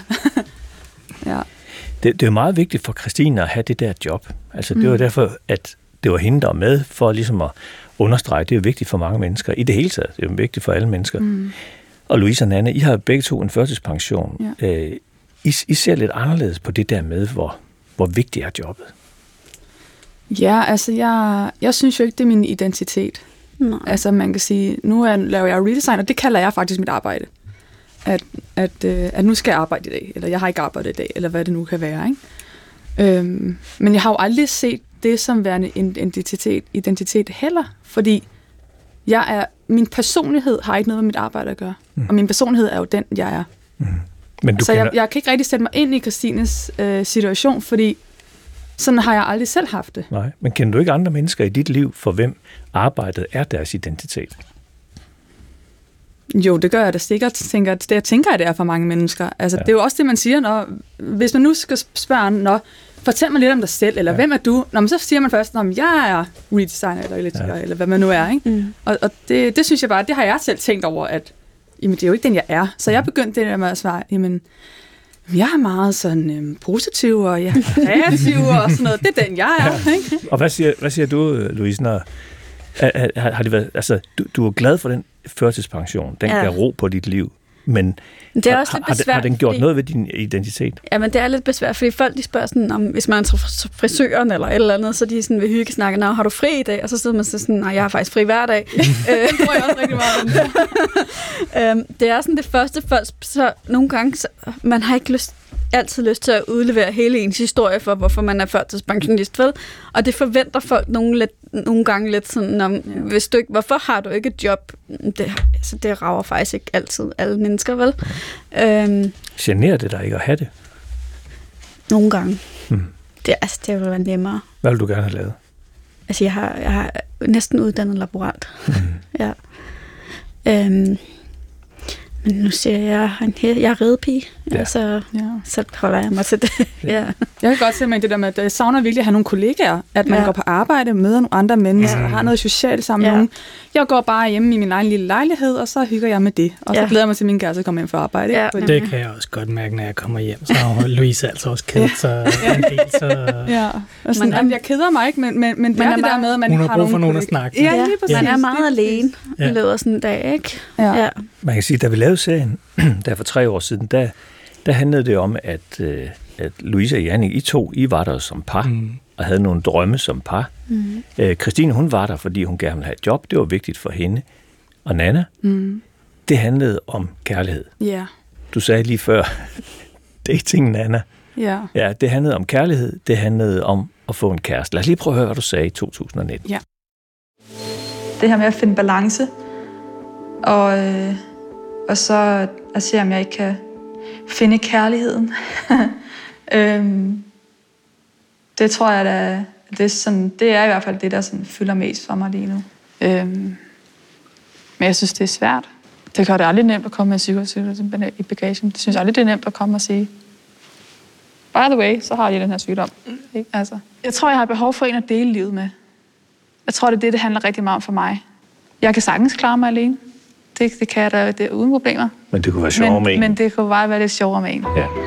ja. det, det er jo meget vigtigt for Christine at have det der job. Altså, det mm. var derfor, at det var hende, der var med, for ligesom at understrege, det er jo vigtigt for mange mennesker. I det hele taget, det er jo vigtigt for alle mennesker. Mm. Og Louise og Nanne, I har begge to en førtidspension. Ja. Øh, I, I ser lidt anderledes på det der med, hvor, hvor vigtigt er jobbet. Ja, altså jeg, jeg synes jo ikke, det er min identitet. Nej. Altså man kan sige, nu er, laver jeg redesign, og det kalder jeg faktisk mit arbejde. At, at, øh, at nu skal jeg arbejde i dag, eller jeg har ikke arbejdet i dag, eller hvad det nu kan være. Ikke? Øhm, men jeg har jo aldrig set det som værende en identitet, identitet heller, fordi jeg er, min personlighed har ikke noget med mit arbejde at gøre. Mm. Og min personlighed er jo den, jeg er. Mm. Men du så kender... jeg, jeg kan ikke rigtig sætte mig ind i Christines øh, situation, fordi sådan har jeg aldrig selv haft det. Nej, men kender du ikke andre mennesker i dit liv, for hvem arbejdet er deres identitet? Jo, det gør jeg da sikkert. Tænker, det jeg tænker, at det er for mange mennesker. Altså, ja. Det er jo også det, man siger, når, hvis man nu skal spørge, når, fortæl mig lidt om dig selv, eller ja. Hvem er du? Nå, men så siger man først, at jeg er redesigner, eller elektriker, ja. Eller hvad man nu er. Ikke? Mm. Og, og det, det synes jeg bare, det har jeg selv tænkt over, at jamen, det er jo ikke den, jeg er. Så jeg begyndte det der med at svare, jamen, jeg er meget sådan øhm, positiv, og jeg er kreativ, og sådan noget. Det er den, jeg er. Ja. Ikke? Og hvad siger, hvad siger du, Louise, når har, har det været, altså, du, du er glad for den førtidspension, den ja. Gav ro på dit liv. men Det er også har, lidt har, besvært, har den gjort fordi- noget ved din identitet? Ja, men det er lidt besvært, fordi folk de spørger sådan, om hvis man er til frisøren eller et eller andet, så de sådan vil hygge snakke, nå, har du fri i dag? Og så sidder man så sådan, nej, jeg har faktisk fri hver dag. Det tror jeg også rigtig meget om. øhm, det er sådan det første folk, så nogle gange, så, man har ikke lyst, altid lyst til at udlevere hele ens historie for, hvorfor man er førtidspensionist, vel? Og det forventer folk nogle, lidt, nogle gange lidt sådan, om, hvis du ikke, hvorfor har du ikke et job? Det, altså, det rager faktisk ikke altid alle mennesker, vel? Øhm, Generer det dig ikke at have det? nogle gange. Hmm. Det, altså, det vil være nemmere. Hvad vil du gerne have lavet? Altså, jeg har, jeg har næsten uddannet laborant. Mm. Ja. Øhm, men nu siger jeg, jeg, jeg er ridepige, Ja. altså, Ja. så holder jeg mig til det. ja. Jeg kan godt se med det der med, at jeg savner virkelig at have nogle kollegaer, at man Ja. går på arbejde, møder nogle andre mennesker, ja. har noget socialt sammen med Ja. nogen. Jeg går bare hjemme i min egen lille lejlighed, og så hygger jeg med det. Og så Ja. glæder jeg mig til, at min kæreste kommer hjem fra arbejde. Ja. Ikke? Fordi- Det kan jeg også godt mærke, når jeg kommer hjem. Så har Louise altså også kedet sig en del, så Ja, og sådan, Man er- jamen, jeg keder mig ikke, men, men, men det Man er er det der bare- med, at man hun ikke har brug for nogen at kollegaer. snakke med. Ja, Ja, lige præcis. man er meget Lige alene Ja. i løbet af sådan en dag, ikke? Ja. ja. Man kan sige, da vi lavede serien, der for tre år siden, der, der handlede det om, at, øh, at Louise og Jannik, I to, I var der som par, Mm. og havde nogle drømme som par. Mm. Øh, Christine, hun var der, fordi hun gerne ville have et job. Det var vigtigt for hende. Og Nana, Mm. det handlede om kærlighed. Ja, Du sagde lige før, dating, Nana. ja. Ja, det handlede om kærlighed. Det handlede om at få en kæreste. Lad os lige prøve at høre, hvad du sagde i to tusind og nitten. Det her med at finde balance, og, øh, og så at se, om jeg ikke kan finde kærligheden. øhm, det tror jeg, da, det, er sådan, det er i hvert fald det, der sådan fylder mest for mig lige nu. Øhm, men jeg synes, det er svært. Det gør det aldrig nemt at komme med en psykosygdom i bagagen. Det synes jeg aldrig, det er nemt at komme og sige, by the way, så har jeg den her sygdom. Ikke? Altså, jeg tror, jeg har behov for en at dele livet med. Jeg tror, det er det, det handler rigtig meget om for mig. Jeg kan sagtens klare mig alene. Det, det kan jeg da, det er uden problemer. Men det kunne være sjovere med Men, en. men det kunne bare være lidt sjovere med en. Ja.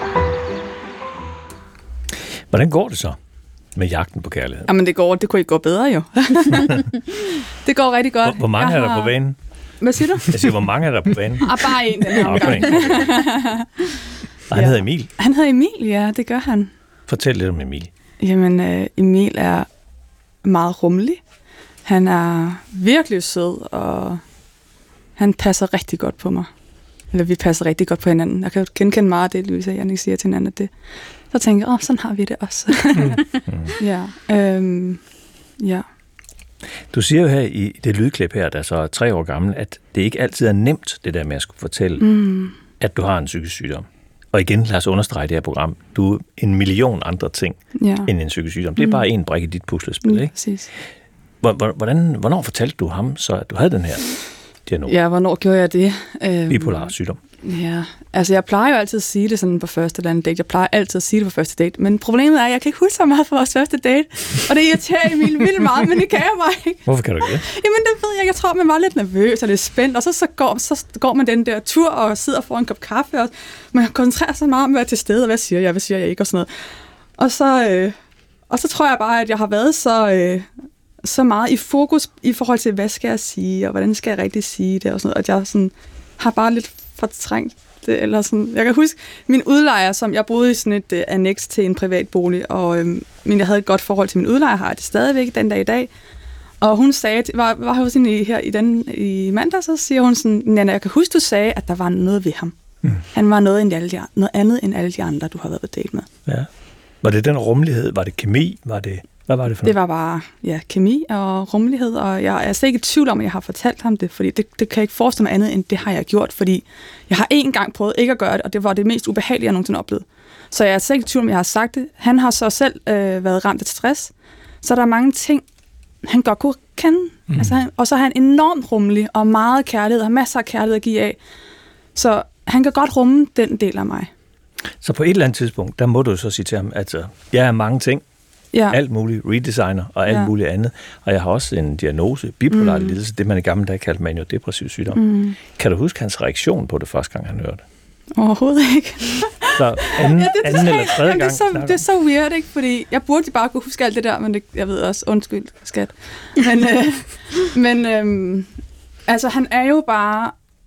Hvordan går det så med jagten på kærlighed? Jamen, det går, det kunne ikke gå bedre, jo. Det går rigtig godt. Hvor, hvor mange Jeg er der har- på banen? Hvad siger du? Jeg siger, hvor mange er der på banen? Ah, bare en den her Okay. omgang. Og han Ja. hedder Emil. Han hedder Emil, ja, det gør han. Fortæl lidt om Emil. Jamen, øh, Emil er meget rummelig. Han er virkelig sød, og han passer rigtig godt på mig. Eller vi passer rigtig godt på hinanden. Jeg kan jo genkende meget af det, Louise og Jannik siger til hinanden. At det. Så tænker jeg, åh, sådan har vi det også. ja, øhm, ja. Du siger jo her i det lydklip her, der så er tre år gammel, at det ikke altid er nemt, det der med at skulle fortælle, Mm, at du har en psykisk sygdom. Og igen, lad os understrege det her program. Du er en million andre ting ja. end en psykisk sygdom. Det er Mm. bare en brik i dit puslespil, Mm, ikke? præcis. Hvor- hvor- Hvordan, hvornår fortalte du ham så, at du havde den her diagnose? Ja, hvornår gjorde jeg det? Øhm, Bipolar sygdom. Ja, altså jeg plejer jo altid at sige det sådan på første eller anden date. Jeg plejer altid at sige det på første date. Men problemet er, at jeg kan ikke huske så meget fra vores første date. Og det irriterer Emil vildt meget, men det kan jeg bare ikke. Hvorfor kan du ikke det? Jamen det ved jeg, jeg tror, man var lidt nervøs og lidt spændt. Og så, så, går, så går man den der tur og sidder foran en kop kaffe. Og man koncentrerer sig meget om at være til stede. Og hvad siger jeg, hvad siger jeg ikke og sådan noget. Og så, øh, og så tror jeg bare, at jeg har været så... Øh, så meget i fokus i forhold til, hvad skal jeg sige, og hvordan skal jeg rigtig sige det, og sådan noget, at jeg sådan, har bare lidt fortrængt det, eller sådan. Jeg kan huske min udlejer, som jeg boede i sådan et uh, annex til en privat bolig, og øhm, men jeg havde et godt forhold til min udlejer, har det stadigvæk den dag i dag, og hun sagde, var, var hos hende i, her i, den, i mandag, så siger hun sådan, Nana, jeg kan huske, du sagde, at der var noget ved ham. Mm. Han var noget, end alle de, noget andet end alle de andre, du har været på date med. Ja. Var det den rummelighed? Var det kemi? Var det... Hvad var det for noget? Det var bare ja, kemi og rummelighed, og jeg er slet ikke i tvivl om, at jeg har fortalt ham det, fordi det, det kan jeg ikke forestille mig andet, end det har jeg gjort, fordi jeg har én gang prøvet ikke at gøre det, og det var det mest ubehagelige, jeg nogensinde oplevede. Så jeg er slet ikke i tvivl om, at jeg har sagt det. Han har så selv øh, været ramt af stress, så der er mange ting, han godt kunne kende. Mm. Altså, han, og så er han enormt rummelig og meget kærlighed, har masser af kærlighed at give af. Så han kan godt rumme den del af mig. Så på et eller andet tidspunkt, der må du så sige til ham, at jeg er mange ting, Ja. alt muligt, redesigner og alt Ja. muligt andet. Og jeg har også en diagnose, bipolar Mm. lidelse, det man i gamle dage kaldte maniodepressiv sygdom. Mm. Kan du huske hans reaktion på det første gang, han hørte det? Overhovedet ikke. Så anden, Ja, det, anden eller det, tredje jamen, gang? det, er så, snakker det er så weird, ikke? Fordi jeg burde bare kunne huske alt det der, men det, jeg ved også, undskyld, skat. Men, øh, men øh, altså, han er jo bare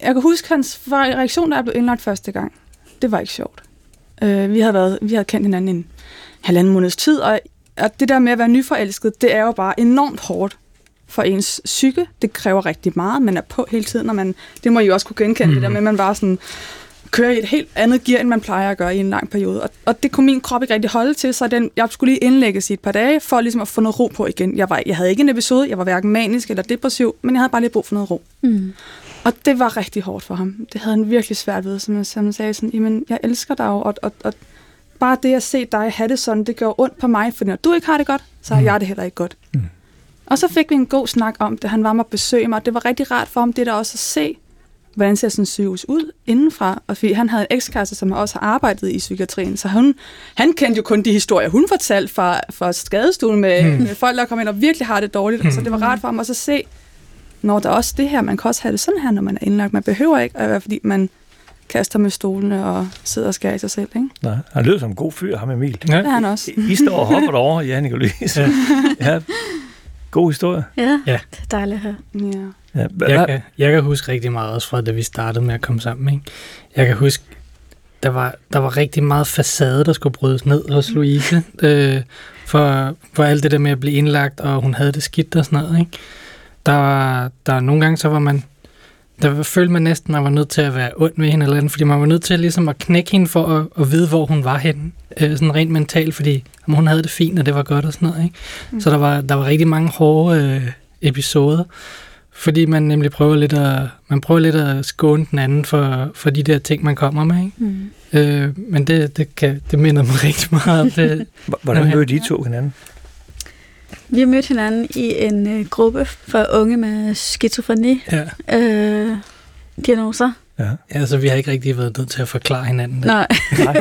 jeg kan huske hans reaktion, da jeg blev indlagt første gang. Det var ikke sjovt. Øh, vi, havde været, vi havde kendt hinanden en halvanden måneds tid, og, og det der med at være nyforelsket, det er jo bare enormt hårdt for ens psyke. Det kræver rigtig meget. Man er på hele tiden, og man, det må I også kunne genkende, mm. det der med, at man bare sådan kører i et helt andet gear, end man plejer at gøre i en lang periode. Og, og det kunne min krop ikke rigtig holde til, så den, jeg skulle lige indlægges i et par dage, for ligesom at få noget ro på igen. Jeg, var, jeg havde ikke en episode, jeg var hverken manisk eller depressiv, men jeg havde bare lige brug for noget ro. Mm. Og det var rigtig hårdt for ham. Det havde han virkelig svært ved, som han sagde sådan, jamen, jeg elsker dig jo, og, og, og bare det at se dig have det sådan, det gør ondt på mig, for når du ikke har det godt, så har mm. jeg det heller ikke godt. Mm. Og så fik vi en god snak om det. Han var med at besøge mig, og det var rigtig rart for ham, det der også at se, hvordan ser sådan en sygehus ud indenfra. Og fordi han havde en ekskæreste, som også har arbejdet i psykiatrien, så hun, han kendte jo kun de historier, hun fortalte fra, fra skadestuen med, mm. med folk, der kom ind og virkelig har det dårligt. Mm. Så det var rart for ham også at se, når der er også det her, man kan også have det sådan her, når man er indlagt. Man behøver ikke at være, fordi man kaster med stolene og sidder og skærer i sig selv, ikke? Nej, han lød som en god fyr, ham Emil. Ja, det er han også. I, I står og hopper derovre, Jannik og Louise. Ja. Ja. God historie. Ja, ja, det er dejligt at høre. Ja. Ja, jeg, kan, jeg kan huske rigtig meget også fra, da vi startede med at komme sammen. Ikke? Jeg kan huske, der var, der var rigtig meget facade, der skulle brydes ned hos Louise, øh, for, for alt det der med at blive indlagt, og hun havde det skidt og sådan noget. Ikke? Der var, der nogle gange, så var man, der følte man næsten, man var nødt til at være ond ved hende eller andet, fordi man var nødt til ligesom at knække hende for at, at vide, hvor hun var henne, øh, sådan rent mentalt, fordi om hun havde det fint, og det var godt og sådan noget. Ikke? Mm. Så der var, der var rigtig mange hårde øh, episoder, fordi man nemlig prøver lidt at, man prøver lidt at skåne den anden for, for de der ting, man kommer med. Ikke? Mm. Øh, men det, det, kan, det minder mig rigtig meget om det. Hvordan mødte I to hinanden? Vi har mødt hinanden i en øh, gruppe for unge med skizofreni. Ja. Øh, diagnoser. Ja. Ja, så vi har ikke rigtig været nødt til at forklare hinanden. Nej. Nej.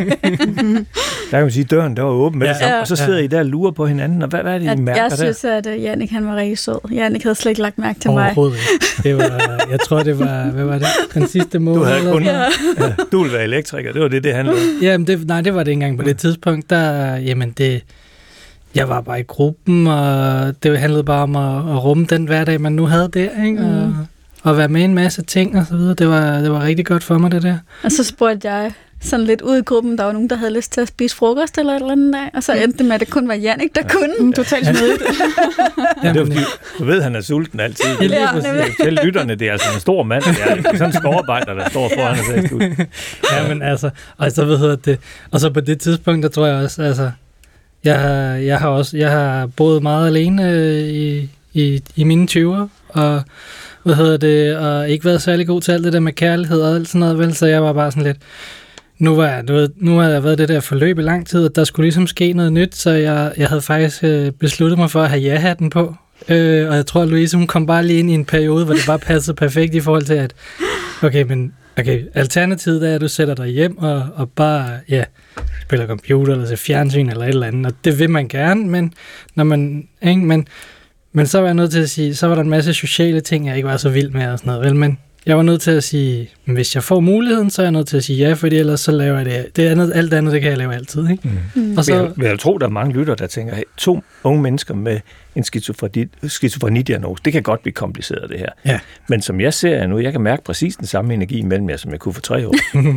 Der kan man sige, at døren der var åben med ja. det samme, og så sidder ja. I der og lurer på hinanden, og hvad, hvad er det, I jeg, mærker jeg der? Jeg synes, at uh, Jannik, han var rigtig sød. Jannik havde slet ikke lagt mærke til mig. Overhovedet ikke. Det var, jeg tror, det var, hvad var det? Den sidste måned. Du havde kun, ja. ja, du ville være elektriker, det var det, det handlede om. Jamen, det, nej, det var det ikke engang på det tidspunkt. Der, jamen, det... Jeg var bare i gruppen, og det handlede bare om at, at rumme den hverdag, man nu havde der, ikke? Og, mm. og være med en masse ting og så videre. Det var, det var rigtig godt for mig, det der. Og så spurgte jeg sådan lidt ud i gruppen, der var nogen, der havde lyst til at spise frokost eller et eller andet dag, og så endte det med, at det kun var Jannik, der ja. kunne. Mm, totalt smidigt. Ja, det var fordi, du ved, han er sulten altid. Det er til lytterne, det er altså en stor mand. Det er ikke sådan en skovarbejder, der står foran og sagde ud. Ja, men altså, og så ved jeg det. Og så på det tidspunkt, der tror jeg også, altså, Jeg har, jeg har også jeg har boet meget alene øh, i, i, i mine tyvere, og, hvad hedder det, og ikke været særlig god til alt det der med kærlighed og alt sådan noget, vel, så jeg var bare sådan lidt, nu, var jeg, nu, nu har jeg været det der forløb i lang tid, og der skulle ligesom ske noget nyt, så jeg, jeg havde faktisk øh, besluttet mig for at have ja-hatten på, øh, og jeg tror, at Louise, hun kom bare lige ind i en periode, hvor det bare passede perfekt i forhold til, at okay, men okay, alternativet er, at du sætter dig hjem og, og bare, ja, spiller computer eller ser fjernsyn eller et eller andet, og det vil man gerne, men når man, ikke, men, men så var jeg nødt til at sige, så var der en masse sociale ting, jeg ikke var så vild med og sådan noget, vel, men jeg var nødt til at sige, hvis jeg får muligheden, så er jeg nødt til at sige ja, fordi ellers så laver jeg det. Det andet, alt andet, det kan jeg lave altid, ikke? Mm. Mm. Og så vil jeg, jeg tro, der er mange lyttere, der tænker, hey, to unge mennesker med en skizofreni-diagnose, det kan godt blive kompliceret, det her. Ja. Men som jeg ser nu, jeg kan mærke præcis den samme energi imellem jer, som jeg kunne for tre år.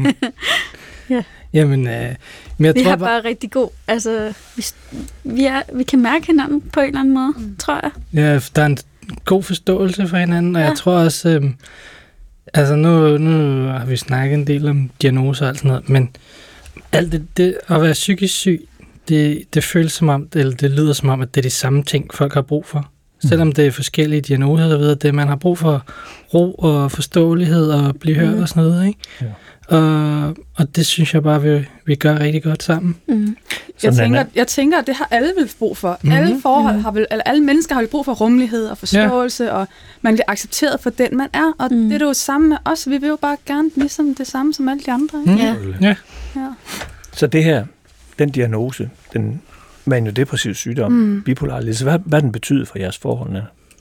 Ja. Jamen, øh, men jeg vi tror har bare, bare rigtig god, altså, vi, vi, er, vi kan mærke hinanden på en eller anden måde, mm. tror jeg. Ja, der er en god forståelse for hinanden, og ja. Jeg tror også, øh, altså nu, nu har vi snakket en del om diagnoser og alt sådan noget, men alt det, det at være psykisk syg, det, det føles som om, eller det lyder som om, at det er de samme ting, folk har brug for. Mm. Selvom det er forskellige diagnoser, så videre, det man har brug for ro og forståelighed og blive hørt mm. og sådan noget, ikke? Ja. Og, og det synes jeg bare, vi, vi gør rigtig godt sammen. Mm. Jeg, tænker, jeg tænker, at det har alle vel brug for. Mm-hmm. Alle forhold har vel, eller alle mennesker har vel brug for rummelighed og forståelse, ja. Og man bliver accepteret for den, man er. Og mm. det er det jo samme med os. Vi vil jo bare gerne ligesom det samme som alle de andre. Mm. Ja. Ja. Ja. Så det her, den diagnose, den maniodepressiv sygdom, mm. bipolar lidelse, hvad, hvad den betyder for jeres forhold?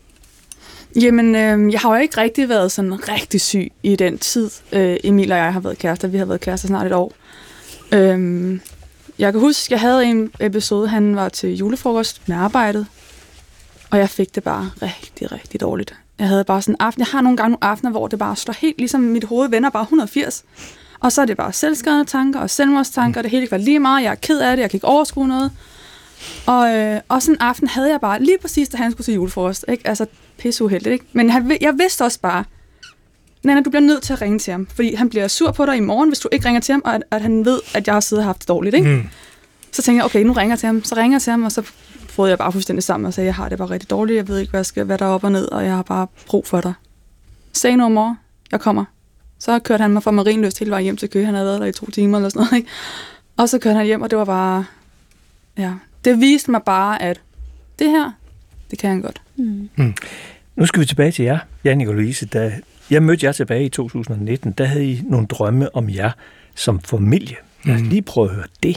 Jamen, øh, jeg har jo ikke rigtig været sådan rigtig syg i den tid, øh, Emil og jeg har været kærester. Vi har været kærester snart et år. Øh, jeg kan huske, jeg havde en episode, han var til julefrokost med arbejdet, og jeg fik det bare rigtig, rigtig dårligt. Jeg havde bare sådan en aften. Jeg har nogle gange nogle aftener, hvor det bare står helt, ligesom mit hoved vender bare et hundrede og firs. Og så er det bare selvskadende tanker og selvmordstanker, og det hele var lige meget. Jeg er ked af det, jeg kan ikke overskue noget. Og, øh, og sådan en aften havde jeg bare, lige præcis da han skulle til julefrokost, ikke? Altså pisseuheldigt, ikke? Men jeg, jeg vidste også bare, Nanna, du bliver nødt til at ringe til ham, fordi han bliver sur på dig i morgen, hvis du ikke ringer til ham, og at, at han ved, at jeg har siddet og haft det dårligt, ikke? Mm. Så tænkte jeg, okay, nu ringer jeg til ham. Så ringer jeg til ham, og så prøvede jeg bare fuldstændig sammen og sagde, jeg har det bare rigtig dårligt, jeg ved ikke, hvad, skal, hvad der er op og ned, og jeg har bare brug for dig. Sagde noget, mor, jeg kommer. Så kørte han mig fra Marienlyst hele vejen hjem til Køge. Han havde været der i to timer eller sådan noget, ikke? Og så kørte han hjem, og det var bare... Ja, det viste mig bare, at det her, det kan han godt. Mm. Mm. Nu skal vi tilbage til jer, Jannik og Louise. Da jeg mødte jer tilbage i to tusind og nitten, der havde I nogle drømme om jer som familie. Lad os lige prøve at høre det.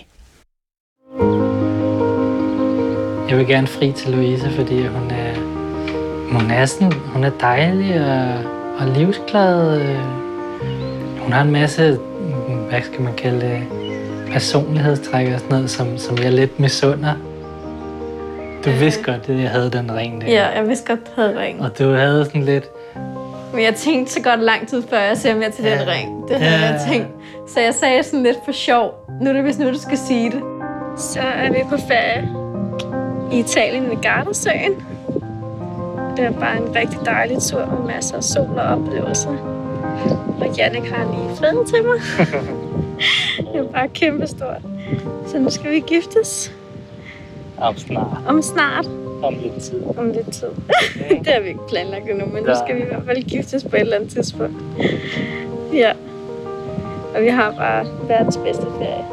Jeg vil gerne fri til Louise, fordi hun er, hun er, sådan, hun er dejlig og, og livsglad. Hun har en masse, hvad skal man kalde det, personlighedstræk og sådan noget, som, som jeg lidt misunder. Du vidste godt, at jeg havde den ring der. Ja, jeg vidste godt, at du havde ring. Og du havde sådan lidt... Men jeg tænkte så godt lang tid før, jeg ser mere til ja. den ring. Det havde ja. jeg tænkt. Så jeg sagde sådan lidt for sjov. Nu er det vist nu, du skal sige det. Så er vi på ferie i Italien ved Gardasøen. Det er bare en rigtig dejlig tur med masser af sol og oplevelser. Og Jannik har lige fred til mig. Det er bare kæmpestort. Så nu skal vi giftes. Om snart. Om snart. Om lidt tid. Om lidt tid. Det har vi ikke planlagt endnu, men nu skal vi i hvert fald giftes på et eller andet tidspunkt. Ja. Og vi har bare verdens bedste ferie.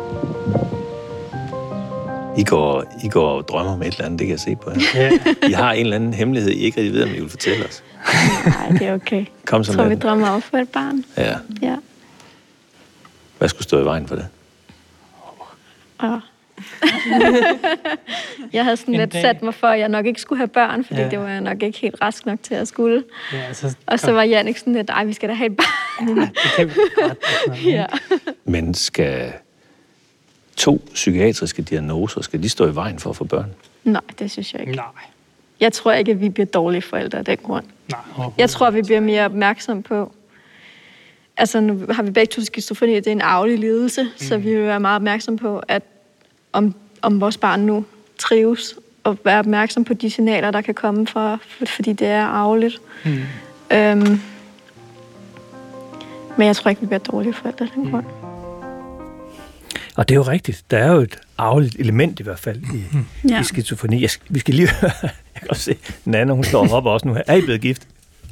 I går, I går og drømmer om et eller andet, det kan jeg se på jer. Yeah. I har en eller anden hemmelighed, I ikke rigtig ved, om I vil fortælle os. Nej, det er okay. Kom så med. Jeg tror, vi den. drømmer om for et barn. Ja. Ja. Hvad skulle stå i vejen for det? Åh. Jeg havde sådan en lidt dag. sat mig for, at jeg nok ikke skulle have børn, fordi ja. det var jeg nok ikke helt rask nok til at skulle. Ja, så og så var Jannik sådan lidt, ej, vi skal da have et barn. Ja, det kan vi godt. Ja. Men skal to psykiatriske diagnoser, skal de stå i vejen for at få børn? Nej, det synes jeg ikke. Nej. Jeg tror ikke, at vi bliver dårlige forældre af den grund. Nej. Jeg tror, at vi bliver mere opmærksomme på, altså nu har vi begge to skizofreni, det er en arvelig lidelse, mm. så vi vil være meget opmærksomme på, at om, om vores barn nu trives, og være opmærksom på de signaler, der kan komme fra, fordi det er arveligt. Mm. Øhm, men jeg tror ikke, vi bliver dårlige forældre af den grund. Mm. Og det er jo rigtigt. Der er jo et arveligt element i hvert fald i, mm. ja. i skizofreni. Jeg, vi skal lige høre, jeg kan også se, Nanna, hun står op også nu her. Er I blevet gift?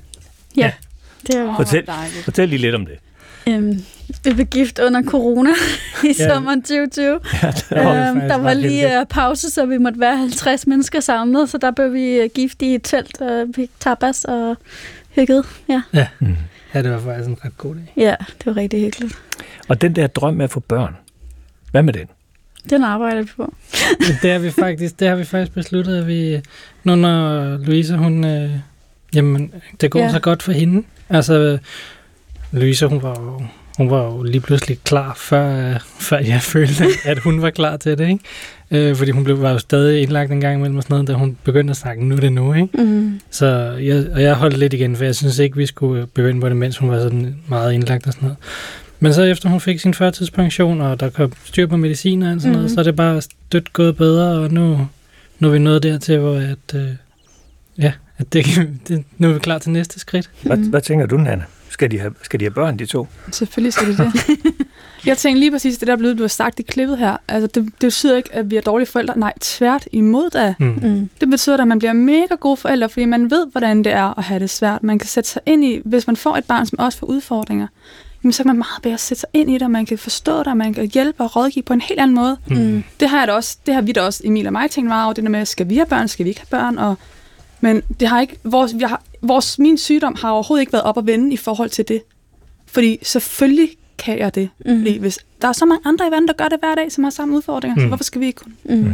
Ja, ja. Det er fortæl, fortæl lige lidt om det. Øhm, vi blev gift under corona i ja. sommeren tyve tyve. Ja, der var, øhm, der var lige uh, pause, så vi måtte være halvtreds mennesker samlet, så der blev vi uh, gift i et telt, og vi tapas og hyggede. Ja. Ja. Mm. ja, det var faktisk en ret god dag. Ja, det var rigtig hyggeligt. Og den der drøm med at få børn, hvad med den? Den arbejder vi på. det, har vi faktisk, det har vi faktisk besluttet, at vi, nu når Louise, hun, øh, jamen, det går ja. så godt for hende. Altså, Louise, hun var jo, hun var jo lige pludselig klar, før, før jeg følte, at hun var klar til det, ikke? Øh, fordi hun blev, var jo stadig indlagt en gang imellem og sådan noget, da hun begyndte at snakke, nu er det nu, ikke? Mm. Så jeg, og jeg holdt lidt igen, for jeg synes ikke, vi skulle begynde på det, mens hun var sådan meget indlagt og sådan noget. Men så efter hun fik sin førtidspension, og der kom styr på medicin og sådan mm. noget, så er det bare stødt gået bedre, og nu, nu er vi nået dertil, hvor at, øh, ja, at det, det, nu er vi klar til næste skridt. Hvad, mm. hvad tænker du, Nanna? Skal de, have, skal de have børn, de to? Selvfølgelig skal de det. Jeg tænker lige præcis, det der blev, du har sagt i klippet her. Altså, det, det betyder ikke, at vi er dårlige forældre. Nej, tvært imod da. Mm. Mm. Det betyder, at man bliver mega gode forældre, fordi man ved, hvordan det er at have det svært. Man kan sætte sig ind i, hvis man får et barn, som også får udfordringer, jamen, så kan man meget bedre sætte sig ind i det, og man kan forstå det, og man kan hjælpe og rådgive på en helt anden måde. Mm. Det har jeg da også, det har vi da også, Emil og mig, tænkt meget over, det der med, skal vi have børn, skal vi ikke have børn, og men det har ikke, vores, vi har, vores, min sygdom har overhovedet ikke været op at vende i forhold til det. Fordi selvfølgelig kan jeg det. Mm. Fordi hvis, der er så mange andre i verden, der gør det hver dag, som har samme udfordringer, mm. så hvorfor skal vi ikke kun? Mm. Mm.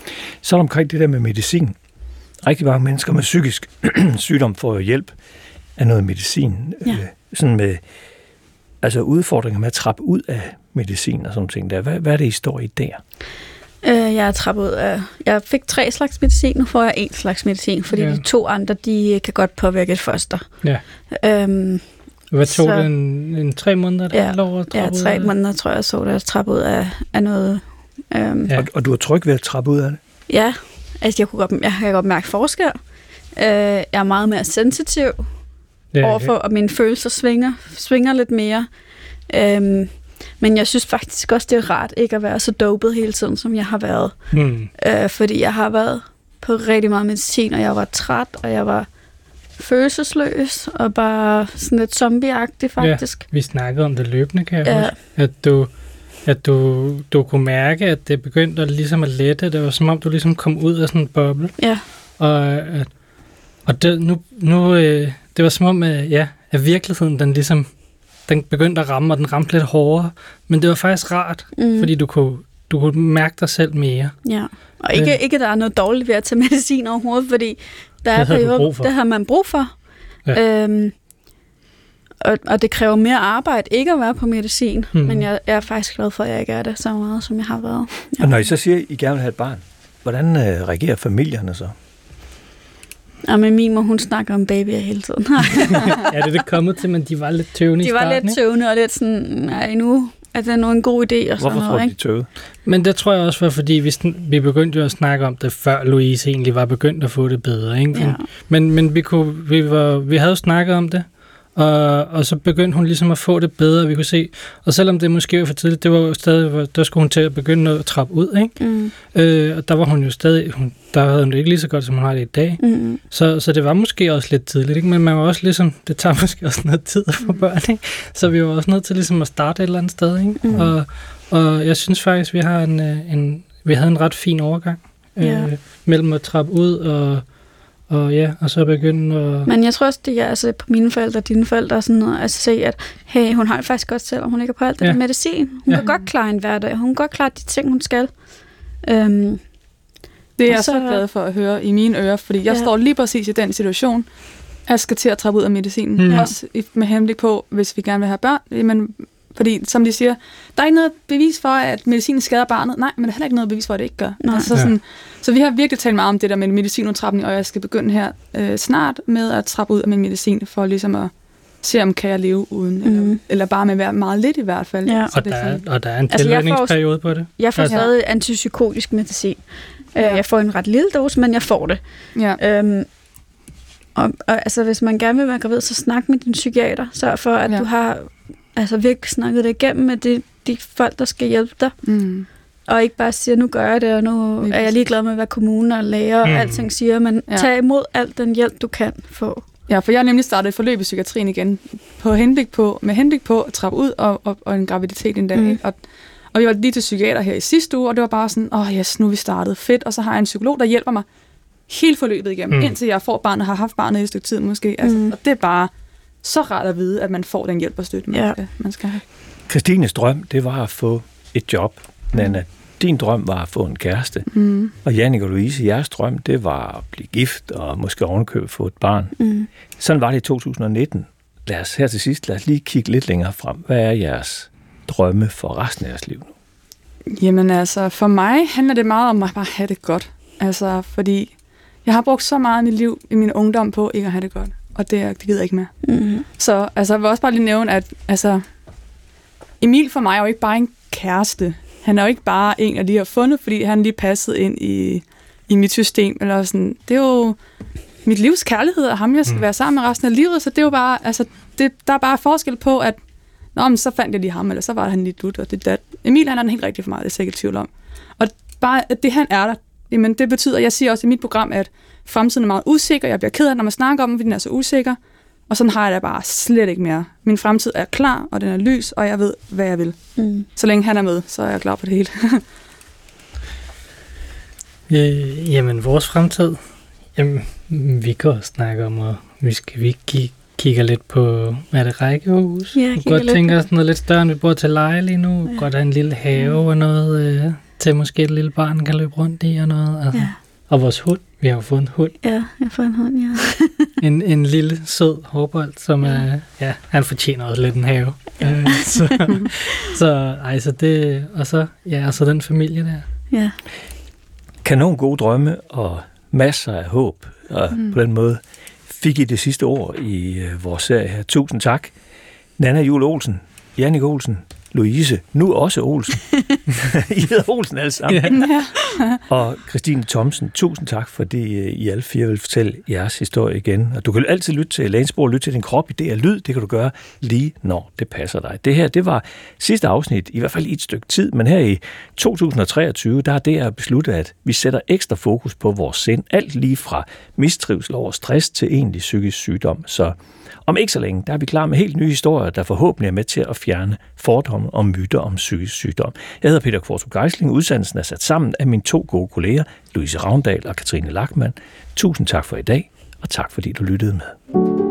Så omkring det der med medicin. Rigtig mange mennesker med psykisk sygdom får jo hjælp af noget medicin. Ja. Øh, sådan med altså udfordringer med at trappe ud af medicin og sådan ting der. Hvad, hvad er det, I står i der? Øh, jeg er trappet ud af... Jeg fik tre slags medicin, nu får jeg en slags medicin, fordi ja. de to andre, de kan godt påvirke et foster. Ja. Øhm, Hvad tog så, det? En, en tre måneder, der ja, lov at trappe ja, ud tre af det? måneder, tror jeg, så der trappe ud af, af noget... Øhm, ja. og, og du er tryg ved at trappe ud af det? Ja, altså jeg, kunne godt, jeg kan godt mærke forskel. Øh, jeg er meget mere sensitiv ja, overfor, okay. og mine følelser svinger, svinger lidt mere. Øhm, men jeg synes faktisk også, det er rart ikke at være så dopet hele tiden, som jeg har været. Hmm. Øh, fordi jeg har været på rigtig meget medicin, og jeg var træt, og jeg var følelsesløs, og bare sådan lidt zombieagtig faktisk. Ja, vi snakkede om det løbende, kan jeg ja. huske. At du, at du, du kunne mærke, at det begyndte at, ligesom at lette. Det var som om, du ligesom kom ud af sådan en boble. Ja. Og, og det, nu, nu, øh, det var som om, at, ja, at virkeligheden, den ligesom den begyndte at ramme, og den ramte lidt hårdere. Men det var faktisk rart, mm. fordi du kunne, du kunne mærke dig selv mere. Ja, og ikke, ja. ikke der er noget dårligt ved at tage medicin overhovedet, fordi der er perioder, det har man brug for. Ja. Øhm, og, og det kræver mere arbejde ikke at være på medicin, mm. men jeg, jeg er faktisk glad for, at jeg ikke er det så meget, som jeg har været. Ja. Og når I så siger, at I gerne vil have et barn, hvordan øh, reagerer familierne så? Ja, men min mor, hun snakker om babyer hele tiden. Ja, det er det kommet til, men de var lidt tøvende de i starten, De var lidt tøvende og lidt sådan, nej, nu er det nu en god idé og sådan Hvorfor noget. Hvorfor tror du, de tøvede? Men det tror jeg også var, fordi vi, vi begyndte jo at snakke om det, før Louise egentlig var begyndt at få det bedre. Ikke? Ja. Men, men vi, kunne, vi, var, vi havde jo snakket om det, og, og så begyndte hun ligesom at få det bedre, vi kunne se. Og selvom det måske var for tidligt, det var jo stadig, der skulle hun til at begynde at trappe ud, ikke? Mm. Øh, og der var hun jo stadig, hun, der havde hun det ikke lige så godt, som hun har det i dag. Mm. Så, så det var måske også lidt tidligt, ikke? Men man var også ligesom, det tager måske også noget tid at få børn, ikke? Så vi var også nødt til ligesom at starte et eller andet sted, ikke? Mm. Og, og jeg synes faktisk, vi har en, en, vi havde en ret fin overgang øh, yeah. mellem at trappe ud og Og ja, og så begynde at... Men jeg tror også, det er altså på mine forældre og dine forældre sådan noget, at se, at hey, hun har det faktisk godt selv, og hun ikke er på alt det ja. der medicin. Hun ja. kan godt klare en hverdag. Hun kan godt klare de ting, hun skal. Øhm, det er jeg så, så glad for at høre i mine ører, fordi jeg ja. står lige præcis i den situation, at jeg skal til at trappe ud af medicinen. Mm. Også med henblik på, hvis vi gerne vil have børn. Men fordi, som de siger, der er ikke noget bevis for, at medicinen skader barnet. Nej, men der er heller ikke noget bevis for, at det ikke gør. Altså, ja. sådan, så vi har virkelig talt meget om det der med medicinudtrapning, og jeg skal begynde her øh, snart med at trappe ud af min medicin, for ligesom at se, om kan jeg leve uden, mm. eller, eller bare med være meget lidt i hvert fald. Ja. Og, der er, og der er en tilvænningsperiode altså, på det. Jeg får altså. stadig antipsykotisk medicin. Ja. Jeg får en ret lille dose, men jeg får det. Ja. Øhm, og, og altså, hvis man gerne vil være gravid, så snak med din psykiater. Sørg for, at ja. du har altså virkelig snakket det igennem med de, de folk, der skal hjælpe dig. Mm. Og ikke bare sige, nu gør jeg det, og nu er jeg ligeglad med, hvad kommunen og læger og mm. alting siger, men ja. tag imod alt den hjælp, du kan få. Ja, for jeg har nemlig startet et forløb i psykiatrien igen, på henblik på, med henblik på at trappe ud og, og, og en graviditet en dag. Mm. Og, og vi var lige til psykiater her i sidste uge, og det var bare sådan, åh oh, yes, nu er vi startet, fedt. Og så har jeg en psykolog, der hjælper mig hele forløbet igennem, mm. indtil jeg får barnet, har haft barnet i et stykke tid måske. Altså, mm. Og det er bare så rart at vide, at man får den hjælp og støtte, man, ja. skal, man skal have. Christines drøm, det var at få et job. Nana, din drøm var at få en kæreste. Mm. Og Jannik og Louise, jeres drøm, det var at blive gift og måske ovenkøbe få et barn. Mm. Sådan var det i to tusind og nitten. Lad os her til sidst, lad os lige kigge lidt længere frem. Hvad er jeres drømme for resten af jeres liv nu? Jamen altså, for mig handler det meget om at bare have det godt. Altså, fordi jeg har brugt så meget af mit liv i min ungdom på ikke at have det godt. Og det, det gider jeg ikke mere. Mm. Så altså, jeg vil også bare lige nævne, at altså, Emil for mig er jo ikke bare en kæreste. Han er jo ikke bare en, jeg lige har fundet, fordi han lige passede ind i, i mit system. Eller sådan. Det er jo mit livs kærlighed, og ham jeg skal mm. være sammen med resten af livet. Så det er jo bare, altså, det, der er bare forskel på, at nå, men så fandt jeg lige ham, eller så var han lige dut, og det dat. Emil, han er den helt rigtig for mig, det er jeg ikke i tvivl om. Og bare, at det han er der, jamen, det betyder, jeg siger også i mit program, at fremtiden er meget usikker. Jeg bliver ked af, når man snakker om den, fordi den er så usikker. Og sådan har jeg det bare slet ikke mere. Min fremtid er klar, og den er lys, og jeg ved, hvad jeg vil. Mm. Så længe han er med, så er jeg klar på det hele. øh, jamen, vores fremtid, jamen, vi kan også snakke om, at vi skal vi kigge, kigger lidt på, hvad er det, rækkehus? Ja, jeg godt tænker sådan noget lidt større, end vi bor til leje lige nu. Ja. Godt have en lille have og noget, øh, til måske et lille barn kan løbe rundt i og noget. Altså. Ja. Og vores hund. Vi har jo fået en hund. Ja, jeg har fået en hund, ja. en, en lille, sød hårbold, som ja. er, ja, han fortjener også lidt en have. Ja. Øh, så, så, ej, så det, og så, ja, og så den familie der. Ja. Kanon gode drømme og masser af håb, og mm. på den måde fik I det sidste ord i øh, vores serie her. Tusind tak. Nanna Juel Olsen, Jannik Olsen, Louise, nu også Olsen. I hedder Olsen alle sammen. Ja. Og Christine Thomsen, tusind tak, fordi I alle fire vil fortælle jeres historie igen. Og du kan altid lytte til Lægensbord, lytte til din krop, idé og lyd. Det kan du gøre lige når det passer dig. Det her, det var sidste afsnit, i hvert fald i et stykke tid, men her i to tusind og treogtyve, der er det at beslutte, at vi sætter ekstra fokus på vores sind. Alt lige fra mistrivsel over stress til egentlig psykisk sygdom. Så om ikke så længe, der er vi klar med helt nye historier, der forhåbentlig er med til at fjerne fordomme og myter om psykisk sygdom. Jeg hedder Peter Kvartrup Geisling. Udsendelsen er sat sammen af mine to gode kolleger, Louise Ravndal og Katrine Lachmann. Tusind tak for i dag, og tak fordi du lyttede med.